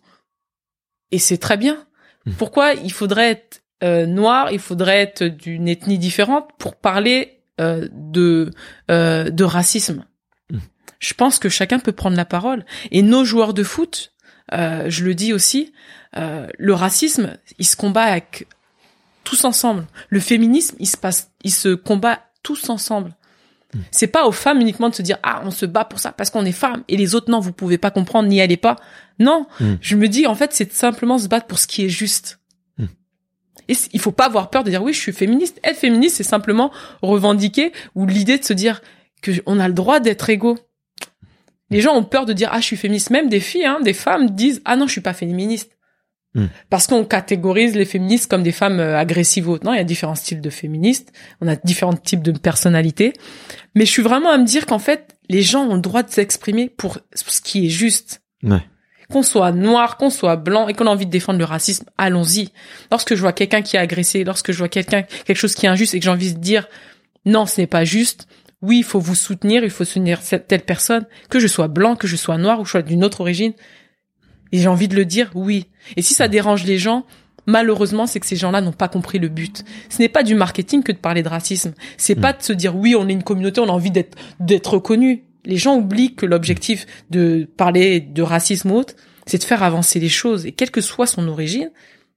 Et c'est très bien. Mmh. Pourquoi il faudrait être euh, noir, il faudrait être d'une ethnie différente pour parler euh, de, euh, de racisme? Je pense que chacun peut prendre la parole. Et nos joueurs de foot, euh, je le dis aussi, euh, le racisme, il se combat avec tous ensemble. Le féminisme, il se passe, il se combat tous ensemble. Mmh. C'est pas aux femmes uniquement de se dire ah on se bat pour ça parce qu'on est femmes et les autres non, vous pouvez pas comprendre, n'y allez pas. Non, mmh. je me dis en fait c'est simplement se battre pour ce qui est juste. Mmh. Et il faut pas avoir peur de dire oui je suis féministe. Être féministe c'est simplement revendiquer, ou l'idée de se dire que on a le droit d'être égaux. Les gens ont peur de dire ah je suis féministe, même des filles, hein, des femmes disent ah non je suis pas féministe, mmh. parce qu'on catégorise les féministes comme des femmes euh, agressives ou autres. Non, il y a différents styles de féministes, on a différents types de personnalités, mais je suis vraiment à me dire qu'en fait les gens ont le droit de s'exprimer pour ce qui est juste. Ouais. Qu'on soit noir, qu'on soit blanc et qu'on a envie de défendre le racisme, allons-y. Lorsque je vois quelqu'un qui est agressé, lorsque je vois quelqu'un quelque chose qui est injuste et que j'ai envie de dire non ce n'est pas juste. Oui, il faut vous soutenir, il faut soutenir cette telle personne, que je sois blanc, que je sois noir ou que je sois d'une autre origine. Et j'ai envie de le dire, oui. Et si ça dérange les gens, malheureusement, c'est que ces gens-là n'ont pas compris le but. Ce n'est pas du marketing que de parler de racisme. C'est mmh. pas de se dire, oui, on est une communauté, on a envie d'être, d'être reconnu. Les gens oublient que l'objectif de parler de racisme ou autre, c'est de faire avancer les choses. Et quelle que soit son origine,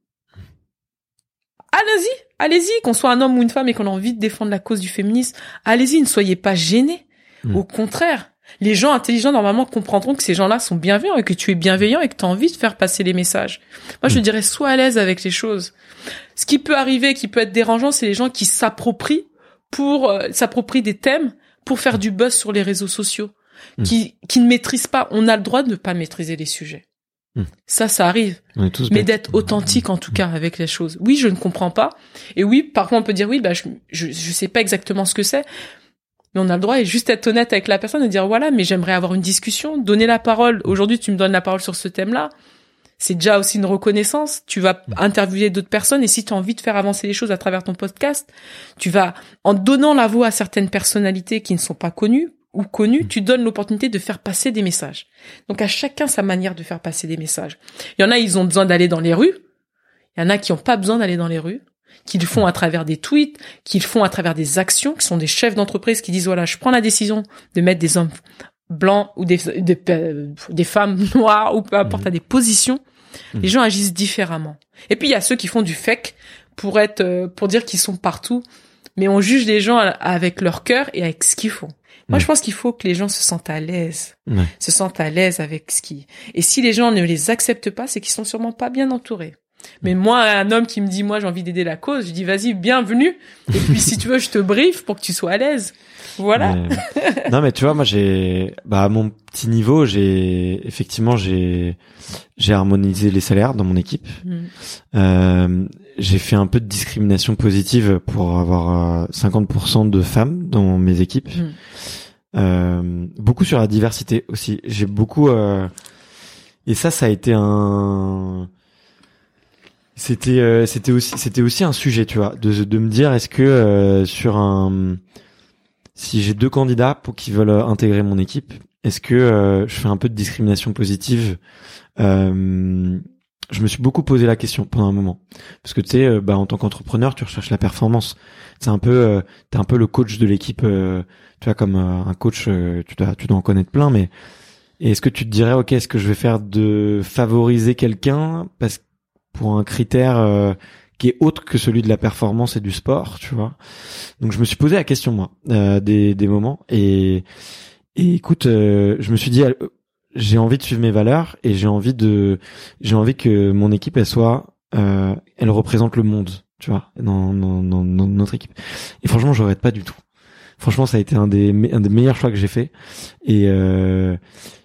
allez-y, allez-y, qu'on soit un homme ou une femme et qu'on a envie de défendre la cause du féminisme, allez-y, ne soyez pas gênés. Mmh. Au contraire, les gens intelligents normalement comprendront que ces gens-là sont bienveillants et que tu es bienveillant et que tu as envie de faire passer les messages. Moi, je mmh. dirais, sois à l'aise avec les choses. Ce qui peut arriver, qui peut être dérangeant, c'est les gens qui s'approprient pour euh, s'approprient des thèmes pour faire du buzz sur les réseaux sociaux, mmh. qui qui ne maîtrisent pas. On a le droit de ne pas maîtriser les sujets. Mmh. Ça, ça arrive. Mais d'être authentique, en tout cas, avec les choses. Oui, je ne comprends pas. Et oui, parfois, on peut dire, oui, bah, je, je, je sais pas exactement ce que c'est. Mais on a le droit et juste être honnête avec la personne et dire, voilà, mais j'aimerais avoir une discussion, donner la parole. Aujourd'hui, tu me donnes la parole sur ce thème-là. c'est déjà aussi une reconnaissance. Tu vas interviewer d'autres personnes et si tu as envie de faire avancer les choses à travers ton podcast, tu vas, en donnant la voix à certaines personnalités qui ne sont pas connues ou connues, tu donnes l'opportunité de faire passer des messages. Donc à chacun sa manière de faire passer des messages. Il y en a, ils ont besoin d'aller dans les rues. Il y en a qui n'ont pas besoin d'aller dans les rues, qui le font à travers des tweets, qui le font à travers des actions, qui sont des chefs d'entreprise qui disent voilà, je prends la décision de mettre des hommes blancs ou des, des, des femmes noires ou peu importe à des positions. Mmh. Les gens agissent différemment. Et puis il y a ceux qui font du fake pour être, pour dire qu'ils sont partout, mais on juge les gens avec leur cœur et avec ce qu'ils font. Moi, mmh. je pense qu'il faut que les gens se sentent à l'aise, mmh. se sentent à l'aise avec ce qui. Et si les gens ne les acceptent pas, c'est qu'ils sont sûrement pas bien entourés. Mais moi, un homme qui me dit, moi, j'ai envie d'aider la cause, je dis, vas-y, bienvenue. Et puis, si tu veux, je te briefe pour que tu sois à l'aise. Voilà. Mais... non, mais tu vois, moi, j'ai, bah, à mon petit niveau, j'ai, effectivement, j'ai, j'ai harmonisé les salaires dans mon équipe. Mm. Euh, j'ai fait un peu de discrimination positive pour avoir cinquante pour cent de femmes dans mes équipes. Mm. Euh, beaucoup sur la diversité aussi. J'ai beaucoup, euh... et ça, ça a été un, C'était euh, c'était aussi c'était aussi un sujet, tu vois, de de me dire est-ce que euh, sur un si j'ai deux candidats pour qui veulent intégrer mon équipe, est-ce que euh, je fais un peu de discrimination positive. euh, je me suis beaucoup posé la question pendant un moment parce que tu sais euh, bah en tant qu'entrepreneur, tu recherches la performance. C'est un peu euh, t'es un peu le coach de l'équipe, euh, tu vois, comme euh, un coach, euh, tu dois tu dois en connaître plein, mais est-ce que tu te dirais OK, est-ce que je vais faire de favoriser quelqu'un parce que pour un critère euh, qui est autre que celui de la performance et du sport, tu vois. Donc je me suis posé la question moi euh, des des moments et et écoute, euh, je me suis dit euh, j'ai envie de suivre mes valeurs et j'ai envie de j'ai envie que mon équipe elle soit euh, elle représente le monde, tu vois, dans dans dans, dans notre équipe. Et franchement, je regrette pas du tout. Franchement, ça a été un des un des meilleurs choix que j'ai fait et euh,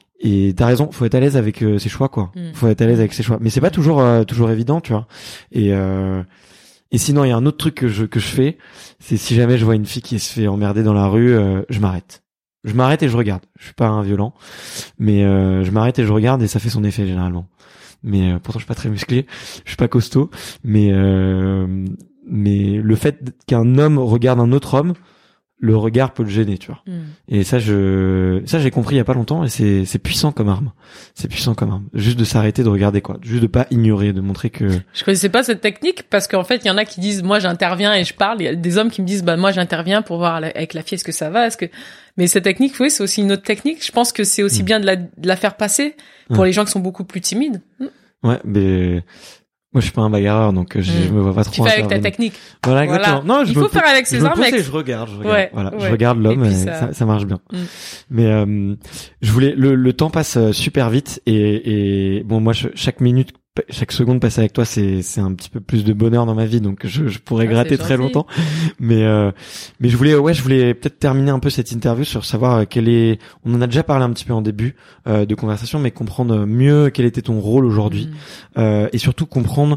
Et t'as raison, faut être à l'aise avec euh, ses choix, quoi. Mm. Faut être à l'aise avec ses choix. Mais c'est pas toujours euh, toujours évident, tu vois. Et euh, et sinon, il y a un autre truc que je que je fais, c'est si jamais je vois une fille qui se fait emmerder dans la rue, euh, je m'arrête. Je m'arrête et je regarde. Je suis pas un violent, mais euh, je m'arrête et je regarde et ça fait son effet généralement. Mais euh, pourtant, je suis pas très musclé, je suis pas costaud, mais euh, mais le fait qu'un homme regarde un autre homme, le regard peut le gêner, tu vois. Mm. Et ça, je, ça, j'ai compris il y a pas longtemps et c'est, c'est puissant comme arme. C'est puissant comme arme. Juste de s'arrêter, de regarder quoi. Juste de pas ignorer, de montrer que... Je connaissais pas cette technique parce qu'en fait, il y en a qui disent, moi, j'interviens et je parle. Il y a des hommes qui me disent, bah, moi, j'interviens pour voir avec la fille, est-ce que ça va, est-ce que... Mais cette technique, oui, c'est aussi une autre technique. Je pense que c'est aussi mm. bien de la, de la faire passer pour ouais. les gens qui sont beaucoup plus timides. Mm. Ouais, mais... Moi, je suis pas un bagarreur, donc je, mmh. je me vois pas trop. Tu fais avec ta technique. Voilà, exactement. Voilà. Non, je il faut me, faire avec ses armes. Je, je regarde, je regarde. Ouais, voilà, ouais. je regarde l'homme, et, et ça... ça, ça marche bien. Mmh. Mais euh, je voulais, le, le temps passe super vite et, et bon, moi, je, chaque minute, chaque seconde passée avec toi, c'est, c'est un petit peu plus de bonheur dans ma vie, donc je, je pourrais ah, gratter très longtemps. Mais, euh, mais je voulais, ouais, je voulais peut-être terminer un peu cette interview sur savoir quel est. On en a déjà parlé un petit peu en début euh, de conversation, mais comprendre mieux quel était ton rôle aujourd'hui mmh. euh, et surtout comprendre.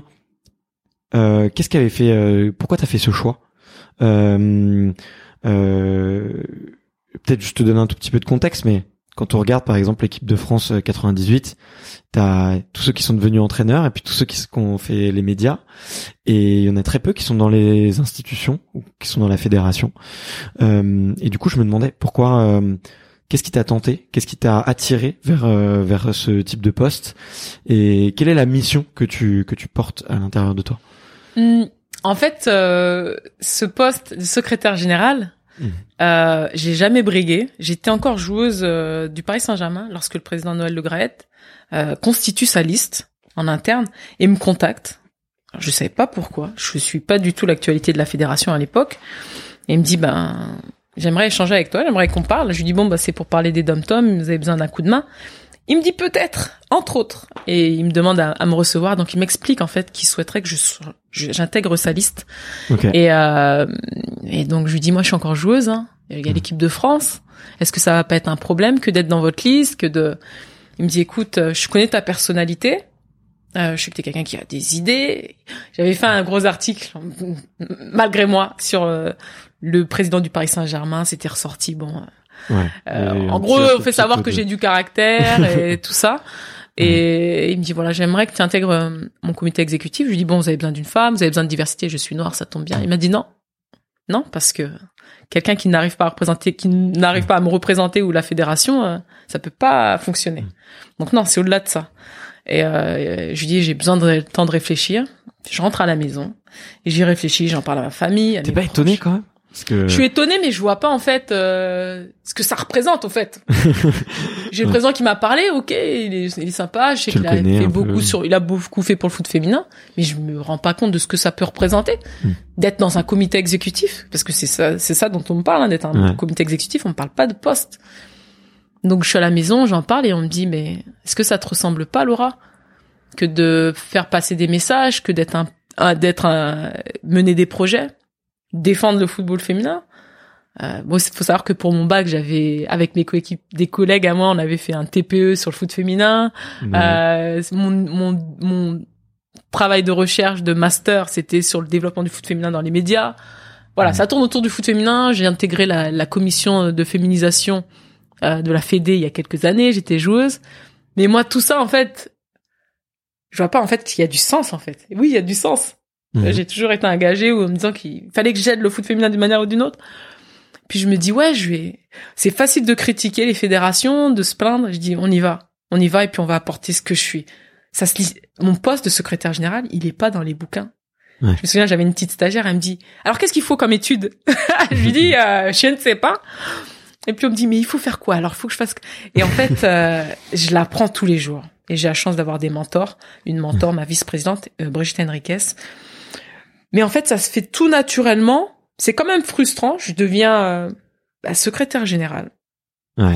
Euh, qu'est-ce qui avait fait euh, pourquoi t'as fait ce choix euh, euh, peut-être je te donne un tout petit peu de contexte, mais quand on regarde par exemple l'équipe de France quatre-vingt-dix-huit, t'as tous ceux qui sont devenus entraîneurs et puis tous ceux qui, qui ont fait les médias, et il y en a très peu qui sont dans les institutions ou qui sont dans la fédération. Euh, et du coup je me demandais pourquoi euh, qu'est-ce qui t'a tenté, qu'est-ce qui t'a attiré vers euh, vers ce type de poste, et quelle est la mission que tu que tu portes à l'intérieur de toi? Mmh, en fait, euh, ce poste de secrétaire général, mmh. euh, j'ai jamais brigué. J'étais encore joueuse euh, du Paris Saint-Germain lorsque le président Noël Le Graët euh, constitue sa liste en interne et me contacte. Alors, je savais pas pourquoi. Je suis pas du tout l'actualité de la fédération à l'époque. Et il me dit, ben, j'aimerais échanger avec toi, j'aimerais qu'on parle. Je lui dis, bon, bah, c'est pour parler des dom-tom, vous avez besoin d'un coup de main. Il me dit peut-être, entre autres, et il me demande à, à me recevoir. Donc il m'explique en fait qu'il souhaiterait que je, je j'intègre sa liste. Okay. Et euh, et donc je lui dis, moi je suis encore joueuse. Hein. Il y a mmh. l'équipe de France. Est-ce que ça va pas être un problème que d'être dans votre liste, que de. Il me dit, écoute, je connais ta personnalité. Euh, je sais que t'es quelqu'un qui a des idées. J'avais fait un gros article, malgré moi, sur euh, le président du Paris Saint-Germain. C'était ressorti, bon. Ouais, euh, en gros, on fait savoir que j'ai du caractère et tout ça. Et mmh. il me dit, voilà, j'aimerais que tu intègres euh, mon comité exécutif. Je lui dis, bon, vous avez besoin d'une femme, vous avez besoin de diversité, je suis noire, ça tombe bien. Il m'a dit non. Non, parce que quelqu'un qui n'arrive pas à représenter, qui n'arrive pas à me représenter ou la fédération, euh, ça peut pas fonctionner. Donc non, c'est au-delà de ça. Et euh, je lui dis, j'ai besoin de temps de réfléchir. Je rentre à la maison et j'y réfléchis, j'en parle à ma famille. T'es pas proches. Étonné quand même? Parce que... Je suis étonnée, mais je vois pas en fait euh, ce que ça représente en fait. J'ai le président qui m'a parlé, ok, il est, il est sympa, je sais qu'il a fait beaucoup sur, il a beaucoup fait pour le foot féminin, mais je me rends pas compte de ce que ça peut représenter hmm. d'être dans un comité exécutif, parce que c'est ça, c'est ça dont on me parle, hein, d'être un ouais. comité exécutif, on me parle pas de poste. Donc je suis à la maison, j'en parle et on me dit, mais est-ce que ça te ressemble pas, Laura, que de faire passer des messages, que d'être un, un d'être un, mener des projets, défendre le football féminin. Euh, bon, il faut savoir que pour mon bac, j'avais, avec mes coéquipiers, des collègues à moi, on avait fait un T P E sur le foot féminin. Mmh. Euh, mon, mon, mon travail de recherche de master, c'était sur le développement du foot féminin dans les médias. Voilà, mmh. ça tourne autour du foot féminin. J'ai intégré la, la commission de féminisation euh, de la Fédé il y a quelques années. J'étais joueuse. Mais moi, tout ça, en fait, je vois pas, en fait, qu'il y a du sens, en fait. Et oui, il y a du sens. Mmh. J'ai toujours été engagée ou en me disant qu'il fallait que j'aide le foot féminin d'une manière ou d'une autre. Puis je me dis, ouais, je vais, c'est facile de critiquer les fédérations, de se plaindre. Je dis, on y va. On y va et puis on va apporter ce que je suis. Ça se lit, mon poste de secrétaire général, il est pas dans les bouquins. Ouais. Je me souviens, j'avais une petite stagiaire, elle me dit, alors qu'est-ce qu'il faut comme étude? Je lui dis, euh, je ne sais pas. Et puis on me dit, mais il faut faire quoi? Alors il faut que je fasse, et en fait, euh, je l'apprends tous les jours. Et j'ai la chance d'avoir des mentors. Une mentor, ma vice-présidente, euh, Brigitte Henriquez. Mais en fait, ça se fait tout naturellement. C'est quand même frustrant. Je deviens euh, bah, secrétaire générale. Ouais.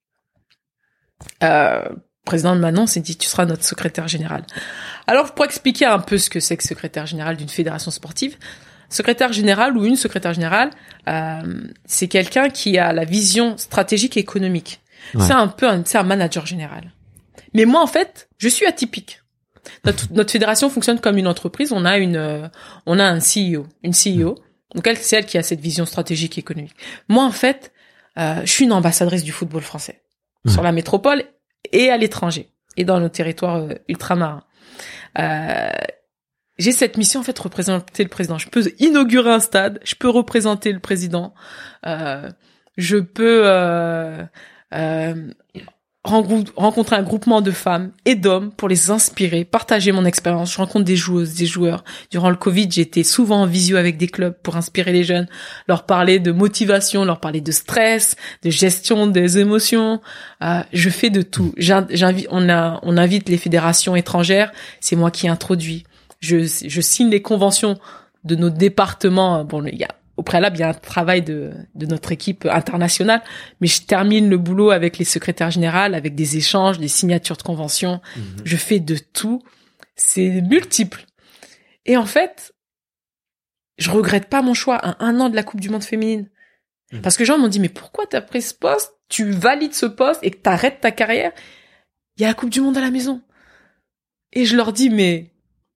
Euh, président de Manon s'est dit, tu seras notre secrétaire général. Alors, pour expliquer un peu ce que c'est que secrétaire général d'une fédération sportive, secrétaire général ou une secrétaire générale, euh, c'est quelqu'un qui a la vision stratégique et économique. Ouais. C'est un peu un, c'est un manager général. Mais moi, en fait, je suis atypique. Notre, notre fédération fonctionne comme une entreprise. On a une, euh, on a un C E O, une C E O. Donc elle, c'est elle qui a cette vision stratégique et économique. Moi, en fait, euh, je suis une ambassadrice du football français mmh. sur la métropole et à l'étranger et dans nos territoires euh, ultramarins. Euh, j'ai cette mission en fait, représenter le président. Je peux inaugurer un stade, je peux représenter le président, euh, je peux euh, euh, rencontrer un groupement de femmes et d'hommes pour les inspirer, partager mon expérience. Je rencontre des joueuses, des joueurs. Durant le Covid, j'étais souvent en visio avec des clubs pour inspirer les jeunes, leur parler de motivation, leur parler de stress, de gestion des émotions. Euh, je fais de tout. J'invite, on a, on invite les fédérations étrangères. C'est moi qui introduis. Je, je signe les conventions de nos départements. Bon, il y a Au préalable, il y a un travail de, de notre équipe internationale, mais je termine le boulot avec les secrétaires généraux, avec des échanges, des signatures de conventions. Mmh. Je fais de tout. C'est multiple. Et en fait, je regrette pas mon choix à un an de la Coupe du Monde féminine. Mmh. Parce que les gens m'ont dit, mais pourquoi t'as pris ce poste? Tu valides ce poste et que t'arrêtes ta carrière? Il y a la Coupe du Monde à la maison. Et je leur dis, mais...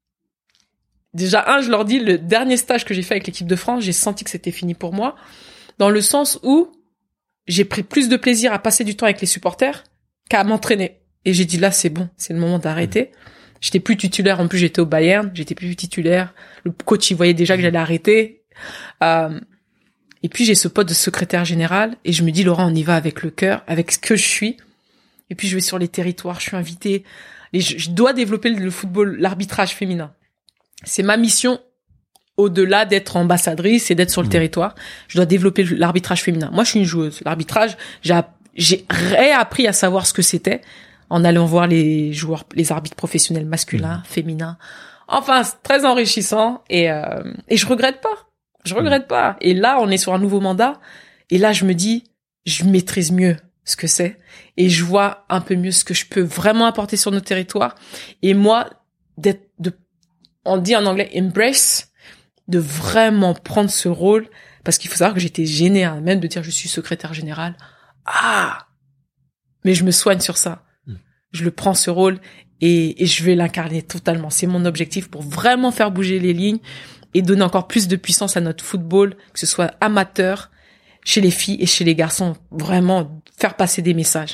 Déjà, un, je leur dis, le dernier stage que j'ai fait avec l'équipe de France, j'ai senti que c'était fini pour moi, dans le sens où j'ai pris plus de plaisir à passer du temps avec les supporters qu'à m'entraîner. Et j'ai dit, là, c'est bon, c'est le moment d'arrêter. J'étais plus titulaire, en plus j'étais au Bayern, j'étais plus titulaire. Le coach, il voyait déjà que j'allais arrêter. Euh, et puis j'ai ce poste de secrétaire général, et je me dis, Laurent, on y va avec le cœur, avec ce que je suis. Et puis je vais sur les territoires, je suis invitée. Et je, je dois développer le football, l'arbitrage féminin. C'est ma mission, au-delà d'être ambassadrice et d'être sur le mmh. territoire. Je dois développer l'arbitrage féminin. Moi, je suis une joueuse. L'arbitrage, j'ai, j'ai réappris à savoir ce que c'était en allant voir les joueurs, les arbitres professionnels masculins, mmh. féminins. Enfin, c'est très enrichissant et, euh, et je regrette pas. Je regrette mmh. pas. Et là, on est sur un nouveau mandat. Et là, je me dis, je maîtrise mieux ce que c'est et je vois un peu mieux ce que je peux vraiment apporter sur nos territoires. Et moi, d'être, de on dit en anglais embrace, de vraiment prendre ce rôle, parce qu'il faut savoir que j'étais gênée, hein, même de dire je suis secrétaire général. Ah! Mais je me soigne sur ça. Mmh. Je le prends ce rôle et, et je vais l'incarner totalement. C'est mon objectif pour vraiment faire bouger les lignes et donner encore plus de puissance à notre football, que ce soit amateur, chez les filles et chez les garçons. Vraiment faire passer des messages.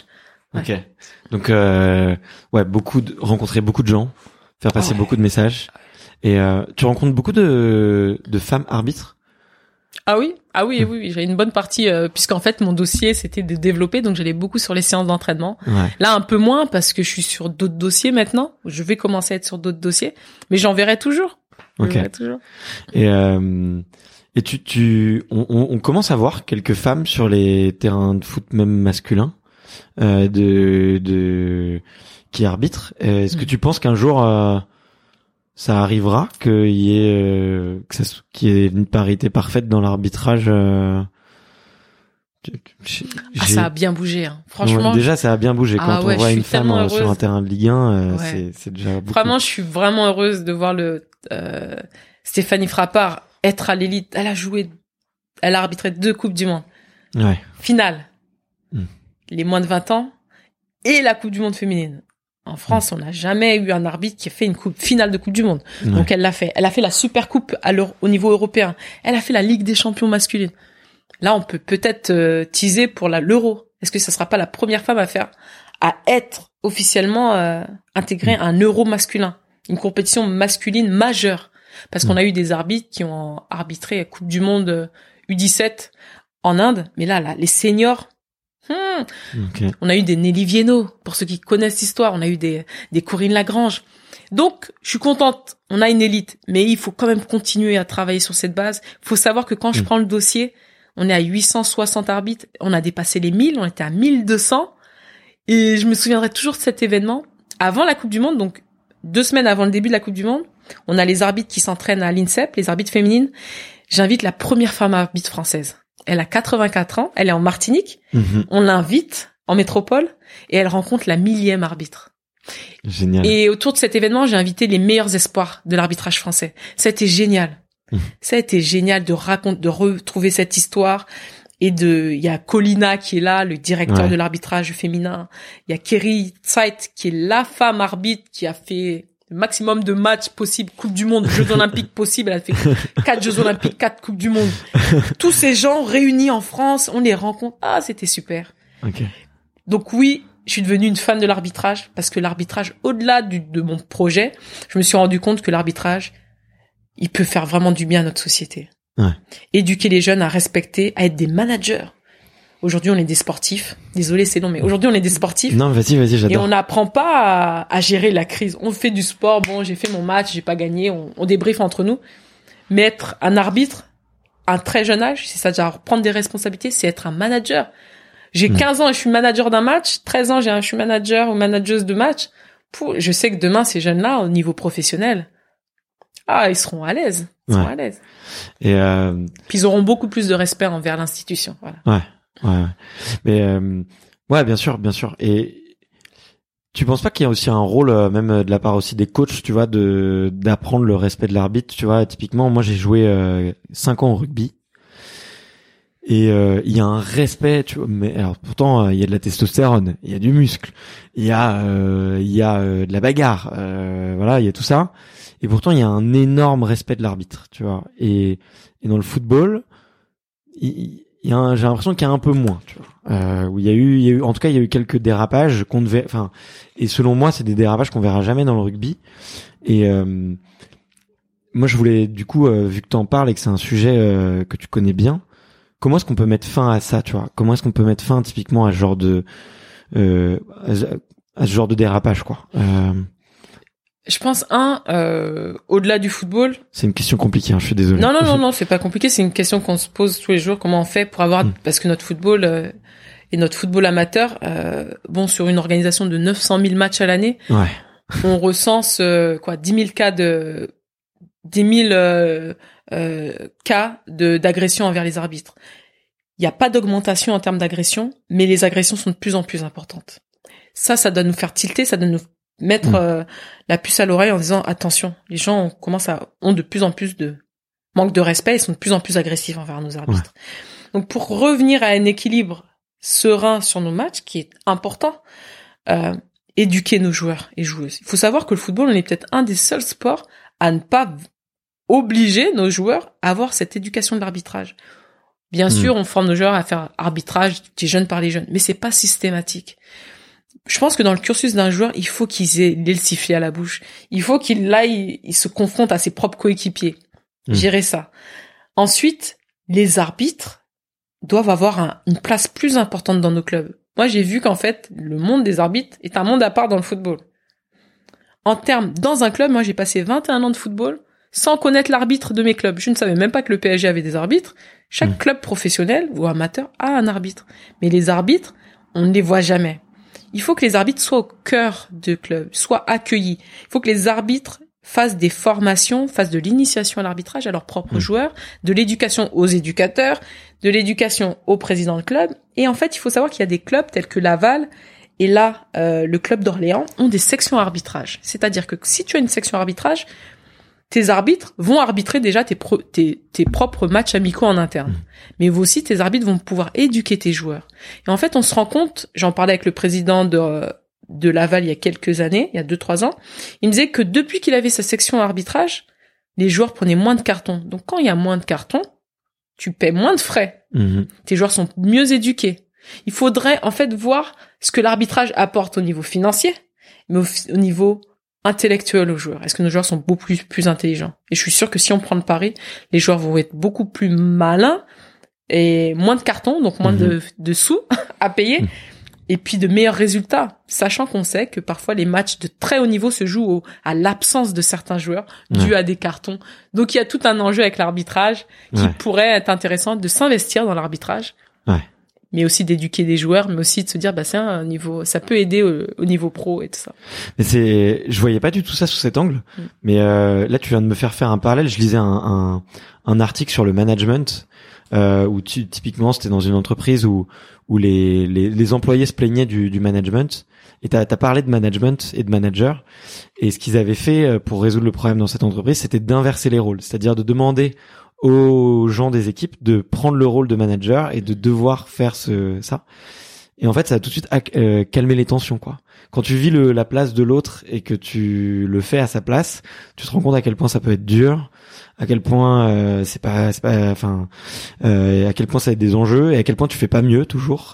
Ok. Donc, euh, ouais, beaucoup de, rencontrer beaucoup de gens, faire passer oh ouais. beaucoup de messages. Et euh, tu rencontres beaucoup de, de femmes arbitres? Ah oui, ah oui, mmh. oui, oui, j'ai une bonne partie euh, puisqu'en fait mon dossier c'était de développer, donc j'allais beaucoup sur les séances d'entraînement. Ouais. Là un peu moins parce que je suis sur d'autres dossiers maintenant. Je vais commencer à être sur d'autres dossiers, mais j'en verrai toujours. Ok. Verrai toujours. Et euh, et tu tu on, on commence à voir quelques femmes sur les terrains de foot même masculins euh, de de qui arbitrent. Est-ce mmh. que tu penses qu'un jour euh, ça arrivera qu'il y ait euh, que ça, qu'il y ait une parité parfaite dans l'arbitrage euh... Ah, ça a bien bougé, hein. Franchement. Ouais, déjà, ça a bien bougé quand ah, ouais, on voit une femme heureuse. Sur un terrain de Ligue un. Euh, ouais. c'est, c'est déjà beaucoup. Vraiment, je suis vraiment heureuse de voir le euh, Stéphanie Frappart être à l'élite. Elle a joué, elle a arbitré deux coupes du monde. Ouais. Finale. Mm. Les moins de vingt ans et la Coupe du Monde féminine. En France, mmh. on n'a jamais eu un arbitre qui a fait une coupe finale de Coupe du Monde. Ouais. Donc elle l'a fait. Elle a fait la Super Coupe à au niveau européen. Elle a fait la Ligue des champions masculine. Là, on peut peut-être euh, teaser pour la l'Euro. Est-ce que ça sera pas la première femme à faire, à être officiellement euh, intégrée mmh. à un Euro masculin, une compétition masculine majeure? Parce mmh. qu'on a eu des arbitres qui ont arbitré la Coupe du Monde U dix-sept en Inde, mais là, là, les seniors. Hmm. Okay. On a eu des Nelly Viennot, pour ceux qui connaissent l'histoire. On a eu des, des Corinne Lagrange. Donc, je suis contente. On a une élite, mais il faut quand même continuer à travailler sur cette base. Il faut savoir que quand je mmh. prends le dossier, on est à huit cent soixante arbitres. On a dépassé les mille. On était à mille deux cents. Et je me souviendrai toujours de cet événement. Avant la Coupe du Monde, donc deux semaines avant le début de la Coupe du Monde, on a les arbitres qui s'entraînent à l'INSEP, les arbitres féminines. J'invite la première femme arbitre française. Elle a quatre-vingt-quatre ans, elle est en Martinique. Mmh. On l'invite en métropole et elle rencontre la millième arbitre. Génial. Et autour de cet événement, j'ai invité les meilleurs espoirs de l'arbitrage français. Ça a été génial. Mmh. Ça a été génial de raconter, de retrouver cette histoire. Et de, il y a Colina qui est là, le directeur ouais. de l'arbitrage féminin. Il y a Kerry Zeit qui est la femme arbitre qui a fait le maximum de matchs possibles, Coupe du Monde, Jeux Olympiques possibles. Elle a fait quatre Jeux Olympiques, quatre Coupes du Monde. Tous ces gens réunis en France, on les rencontre. Ah, c'était super. Okay. Donc oui, je suis devenue une fan de l'arbitrage parce que l'arbitrage, au-delà du, de mon projet, je me suis rendu compte que l'arbitrage, il peut faire vraiment du bien à notre société. Ouais. Éduquer les jeunes à respecter, à être des managers. Aujourd'hui, on est des sportifs. Désolé, c'est long, mais aujourd'hui, on est des sportifs. Non, vas-y, vas-y, j'adore. Et on n'apprend pas à, à gérer la crise. On fait du sport. Bon, j'ai fait mon match, j'ai pas gagné. On, on débriefe entre nous. Mais être un arbitre, à un très jeune âge, c'est ça, déjà prendre des responsabilités, c'est être un manager. J'ai quinze ans et je suis manager d'un match. treize ans, j'ai un, je suis manager ou manageuse de match. Pour, je sais que demain, ces jeunes-là, au niveau professionnel, ah, ils seront à l'aise. Ils seront ouais. à l'aise. Et euh... Puis ils auront beaucoup plus de respect envers l'institution. Voilà. Ouais. Ouais, ouais. Mais euh, ouais, bien sûr, bien sûr. Et tu penses pas qu'il y a aussi un rôle, euh, même de la part aussi des coachs, tu vois, de d'apprendre le respect de l'arbitre, tu vois. Typiquement, moi, j'ai joué euh, cinq ans au rugby et euh, il y a un respect, tu vois. Mais alors, pourtant, euh, il y a de la testostérone, il y a du muscle, il y a euh, il y a euh, de la bagarre, euh, voilà, il y a tout ça. Et pourtant, il y a un énorme respect de l'arbitre, tu vois. Et, et dans le football, il Il y a un, j'ai l'impression qu'il y a un peu moins, tu vois. Euh, où il y a eu, il y a eu, en tout cas, il y a eu quelques dérapages qu'on devait, enfin, et selon moi, c'est des dérapages qu'on verra jamais dans le rugby. Et euh, moi, je voulais, du coup, euh, vu que t'en parles et que c'est un sujet euh, que tu connais bien, comment est-ce qu'on peut mettre fin à ça, tu vois? Comment est-ce qu'on peut mettre fin, typiquement, à ce genre de, euh, à ce genre de dérapage, quoi? Euh, Je pense, un, euh, au-delà du football. C'est une question compliquée, hein, je suis désolé. Non, non, non, non, c'est pas compliqué, c'est une question qu'on se pose tous les jours. Comment on fait pour avoir, mmh. parce que notre football, euh, et notre football amateur, euh, bon, sur une organisation de neuf cent mille matchs à l'année, ouais. on recense, euh, quoi, dix mille cas de, dix mille, euh, euh, cas de, d'agression envers les arbitres. Il n'y a pas d'augmentation en termes d'agression, mais les agressions sont de plus en plus importantes. Ça, ça doit nous faire tilter, ça doit nous mettre mmh. euh, la puce à l'oreille en disant attention, les gens commencent à ont de plus en plus de manque de respect et sont de plus en plus agressifs envers nos arbitres. Ouais. Donc pour revenir à un équilibre serein sur nos matchs, qui est important, euh, éduquer nos joueurs et joueuses. Il faut savoir que le football, on est peut-être un des seuls sports à ne pas obliger nos joueurs à avoir cette éducation de l'arbitrage. Bien mmh. sûr, on forme nos joueurs à faire arbitrage des jeunes par les jeunes, mais c'est pas systématique. je pense que dans le cursus d'un joueur, il faut qu'il ait le sifflet à la bouche. Il faut qu'il aille, il se confronte à ses propres coéquipiers. Mmh. Gérer ça. Ensuite, les arbitres doivent avoir un, une place plus importante dans nos clubs. Moi, j'ai vu qu'en fait, le monde des arbitres est un monde à part dans le football. En termes, dans un club, moi, j'ai passé vingt et un ans de football sans connaître l'arbitre de mes clubs. Je ne savais même pas que le P S G avait des arbitres. Chaque mmh. club professionnel ou amateur a un arbitre. Mais les arbitres, on ne les voit jamais. Il faut que les arbitres soient au cœur du club, soient accueillis. Il faut que les arbitres fassent des formations, fassent de l'initiation à l'arbitrage à leurs propres mmh. joueurs, de l'éducation aux éducateurs, de l'éducation aux présidents de club. Et en fait, il faut savoir qu'il y a des clubs tels que Laval et là, euh, le club d'Orléans ont des sections arbitrage. C'est-à-dire que si tu as une section arbitrage, tes arbitres vont arbitrer déjà tes, pro- tes, tes propres matchs amicaux en interne. Mmh. Mais vous aussi, tes arbitres vont pouvoir éduquer tes joueurs. Et en fait, on se rend compte, j'en parlais avec le président de, de Laval il y a quelques années, il y a deux, trois ans, il me disait que depuis qu'il avait sa section arbitrage, les joueurs prenaient moins de cartons. Donc quand il y a moins de cartons, tu paies moins de frais. Mmh. Tes joueurs sont mieux éduqués. Il faudrait en fait voir ce que l'arbitrage apporte au niveau financier, mais au, au niveau intellectuel aux joueurs. Est-ce que nos joueurs sont beaucoup plus, plus intelligents? Et je suis sûr que si on prend le pari, les joueurs vont être beaucoup plus malins et moins de cartons, donc moins mmh. de, de sous à payer, mmh. et puis de meilleurs résultats, sachant qu'on sait que parfois les matchs de très haut niveau se jouent au, à l'absence de certains joueurs mmh. dû à des cartons. Donc il y a tout un enjeu avec l'arbitrage qui ouais. pourrait être intéressant de s'investir dans l'arbitrage. Ouais. Mais aussi d'éduquer des joueurs, mais aussi de se dire, bah, c'est un niveau, ça peut aider au, au niveau pro et tout ça. Mais c'est, je voyais pas du tout ça sous cet angle, mm. mais euh, là, tu viens de me faire faire un parallèle. Je lisais un, un, un article sur le management, euh, où tu, typiquement, c'était dans une entreprise où, où les, les, les employés se plaignaient du, du management. Et t'as, t'as parlé de management et de manager. Et ce qu'ils avaient fait pour résoudre le problème dans cette entreprise, c'était d'inverser les rôles. C'est-à-dire de demander aux gens des équipes de prendre le rôle de manager et de devoir faire ce ça. Et en fait, ça a tout de suite euh, calmé les tensions, quoi. Quand tu vis le, la place de l'autre et que tu le fais à sa place, tu te rends compte à quel point ça peut être dur, à quel point euh, c'est pas, c'est pas, enfin, euh, à quel point ça a des enjeux et à quel point tu fais pas mieux toujours.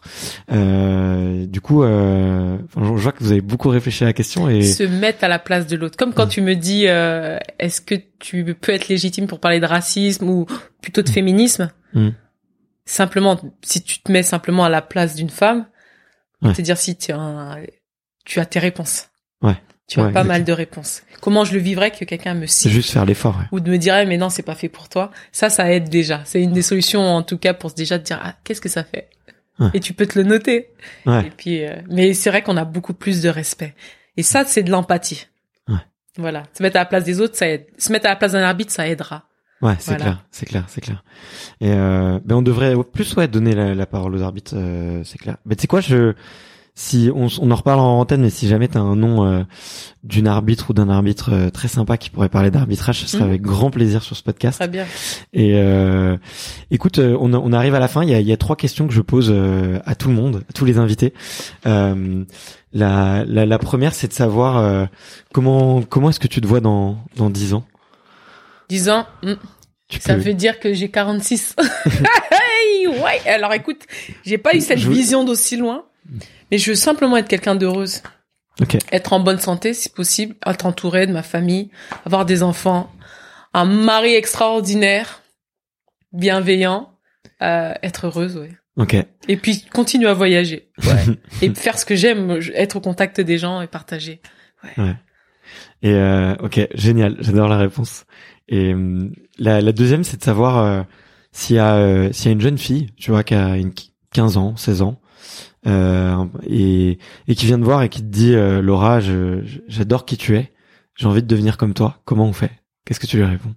Euh, du coup, euh, je vois que vous avez beaucoup réfléchi à la question et se mettre à la place de l'autre. Comme quand mmh. tu me dis, euh, est-ce que tu peux être légitime pour parler de racisme ou plutôt de mmh. féminisme? Mmh. Simplement, si tu te mets simplement à la place d'une femme, ouais. c'est-à-dire si tu as un, tu as tes réponses. Ouais. Tu as ouais, pas exactement. Mal de réponses. Comment je le vivrais que quelqu'un me cite? Juste faire l'effort. Ouais. Ou de me dire, mais non, c'est pas fait pour toi. Ça, ça aide déjà. C'est une des solutions, en tout cas, pour déjà te dire, ah, qu'est-ce que ça fait? Ouais. Et tu peux te le noter. Ouais. Et puis, euh, mais c'est vrai qu'on a beaucoup plus de respect. Et ça, c'est de l'empathie. Ouais. Voilà. Se mettre à la place des autres, ça aide. Se mettre à la place d'un arbitre, ça aidera. Ouais, c'est voilà. clair, c'est clair, c'est clair. Et euh, ben on devrait plus ouais donner la, la parole aux arbitres, euh, c'est clair. Mais tu sais quoi, je si on, on en reparle en antenne, mais si jamais t'as un nom euh, d'une arbitre ou d'un arbitre euh, très sympa qui pourrait parler d'arbitrage, ce serait mmh. avec grand plaisir sur ce podcast. Très bien. Et euh, écoute, on, on arrive à la fin. Il y a, il y a trois questions que je pose euh, à tout le monde, à tous les invités. Euh, la, la, la première, c'est de savoir euh, comment comment est-ce que tu te vois dans dans dix ans. Dix ans. Mm. Ça peux... veut dire que j'ai quarante-six. Hey, ouais. Alors écoute, j'ai pas eu cette je... vision d'aussi loin, mais je veux simplement être quelqu'un d'heureuse. Okay. Être en bonne santé, si possible, être entourée de ma famille, avoir des enfants, un mari extraordinaire, bienveillant, euh, être heureuse, ouais. Ok. Et puis continuer à voyager, ouais. Et faire ce que j'aime, être au contact des gens et partager. Ouais. ouais. Et euh, ok, génial, j'adore la réponse. Et euh, la, la deuxième, c'est de savoir euh, s'il y a euh, s'il y a une jeune fille, tu vois, qui a une quinze ans, seize ans, euh, et et qui vient te voir et qui te dit euh, Laura, je, j'adore qui tu es, j'ai envie de devenir comme toi. Comment on fait? Qu'est-ce que tu lui réponds?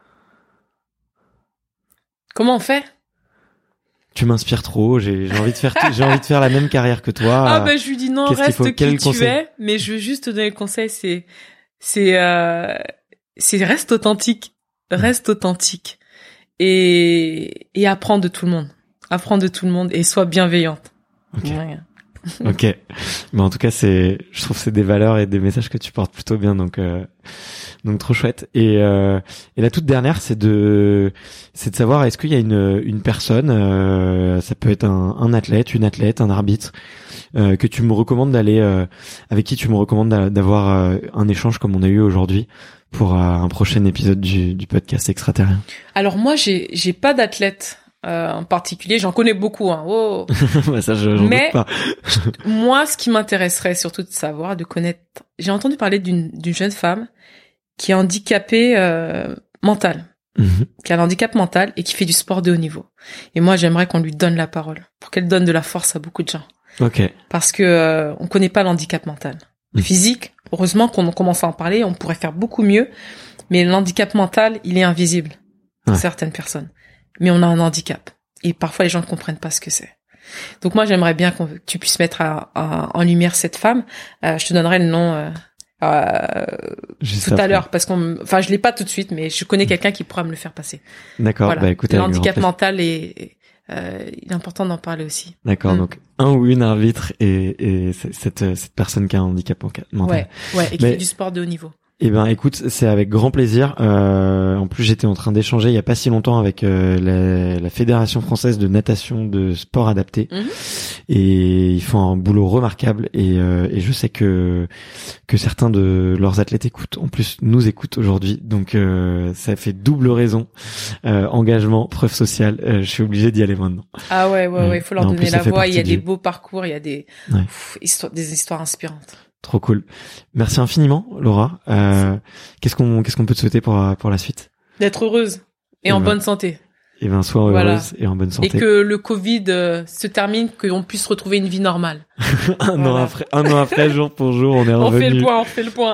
Comment on fait? Tu m'inspires trop, j'ai, j'ai envie de faire, j'ai envie de faire la même carrière que toi. Ah ben je lui dis non, reste qui Quel tu conseil? Es, mais je veux juste te donner le conseil, c'est c'est euh, c'est reste authentique, reste mmh. authentique et et apprends de tout le monde, apprends de tout le monde et sois bienveillante. Ok. Ouais. Ok. Mais en tout cas, c'est, je trouve que c'est des valeurs et des messages que tu portes plutôt bien, donc euh, donc trop chouette. Et euh, et la toute dernière, c'est de c'est de savoir est-ce qu'il y a une une personne, euh, ça peut être un, un athlète, une athlète, un arbitre, euh, que tu me recommandes d'aller, euh, avec qui tu me recommandes d'avoir euh, un échange comme on a eu aujourd'hui pour euh, un prochain épisode du du podcast Extraterrien. Alors moi, j'ai j'ai pas d'athlète. Euh, en particulier, j'en connais beaucoup, hein. Oh. Bah ça, je, j'en Mais doute pas. moi, ce qui m'intéresserait surtout de savoir, de connaître, j'ai entendu parler d'une d'une jeune femme qui est handicapée euh, mentale, Mm-hmm. qui a un handicap mental et qui fait du sport de haut niveau. Et moi, j'aimerais qu'on lui donne la parole pour qu'elle donne de la force à beaucoup de gens, Ok. parce que euh, on connaît pas l'handicap mental. Mm. Physique, heureusement qu'on commence à en parler, on pourrait faire beaucoup mieux. Mais l'handicap mental, il est invisible pour Ouais. certaines personnes. Mais on a un handicap. Et parfois, les gens ne comprennent pas ce que c'est. Donc moi, j'aimerais bien qu'on, que tu puisses mettre à, à- en lumière cette femme. Euh, je te donnerai le nom euh, euh, Juste tout à après. l'heure, parce qu'on, me- enfin, je l'ai pas tout de suite, mais je connais quelqu'un qui pourra me le faire passer. D'accord. Voilà. Bah écoute, avec grand L'handicap plaisir. mental est, euh, il est important d'en parler aussi. D'accord. Mm. Donc un ou une arbitre et et c- cette cette personne qui a un handicap mental. Ouais, ouais, et qui Mais- fait du sport de haut niveau. Eh ben, écoute, c'est avec grand plaisir. Euh, en plus, j'étais en train d'échanger il y a pas si longtemps avec euh, la, la Fédération française de natation de sport adapté, Mhm. et ils font un boulot remarquable. Et, euh, et je sais que que certains de leurs athlètes écoutent. En plus, nous écoutent aujourd'hui, donc euh, ça fait double raison. Euh, engagement, preuve sociale. Euh, je suis obligé d'y aller maintenant. Ah ouais, ouais, Mm. ouais, il faut leur En donner plus, ça la fait voix. Il y a partie des du- beaux parcours, il y a des Ouais. pff, histoires, des histoires inspirantes. Trop cool. Merci infiniment, Laura. Euh, qu'est-ce qu'on qu'est-ce qu'on peut te souhaiter pour pour la suite? D'être heureuse et Eh en ben, bonne santé. Eh ben, sois heureuse Voilà. et en bonne santé. Et que le Covid euh, se termine, qu'on puisse retrouver une vie normale. un an Voilà. après, un an après, jour pour jour, on est On revenu. fait le point, on fait le point.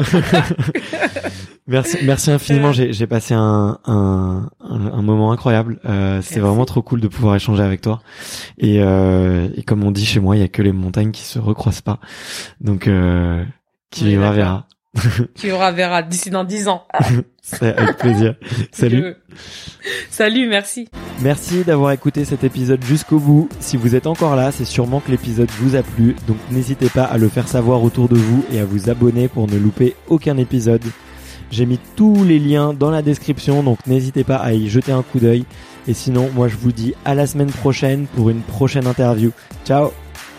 Merci, merci infiniment. J'ai, j'ai passé un, un, un, un moment incroyable. Euh, c'est Merci. vraiment trop cool de pouvoir échanger avec toi. Et, euh, et comme on dit chez moi, il y a que les montagnes qui se recroisent pas. Donc, euh, qui Oui, vivra d'accord. verra. Qui aura verra d'ici dans dix ans. C'est avec plaisir. Salut. Je- Salut, merci. Merci d'avoir écouté cet épisode jusqu'au bout. Si vous êtes encore là, c'est sûrement que l'épisode vous a plu. Donc n'hésitez pas à le faire savoir autour de vous et à vous abonner pour ne louper aucun épisode. J'ai mis tous les liens dans la description, donc n'hésitez pas à y jeter un coup d'œil. Et sinon, moi je vous dis à la semaine prochaine pour une prochaine interview. Ciao!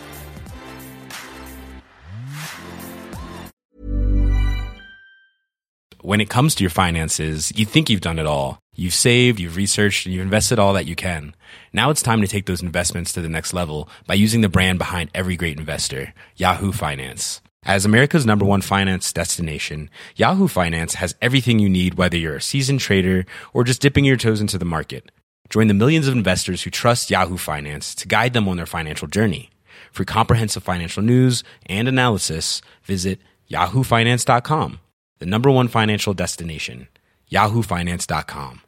When it comes to your finances, you think you've done it all. You've saved, you've researched, and you've invested all that you can. Now it's time to take those investments to the next level by using the brand behind every great investor, Yahoo Finance. As America's number one finance destination, Yahoo Finance has everything you need, whether you're a seasoned trader or just dipping your toes into the market. Join the millions of investors who trust Yahoo Finance to guide them on their financial journey. For comprehensive financial news and analysis, visit yahoo finance dot com. The number one financial destination, yahoo finance dot com.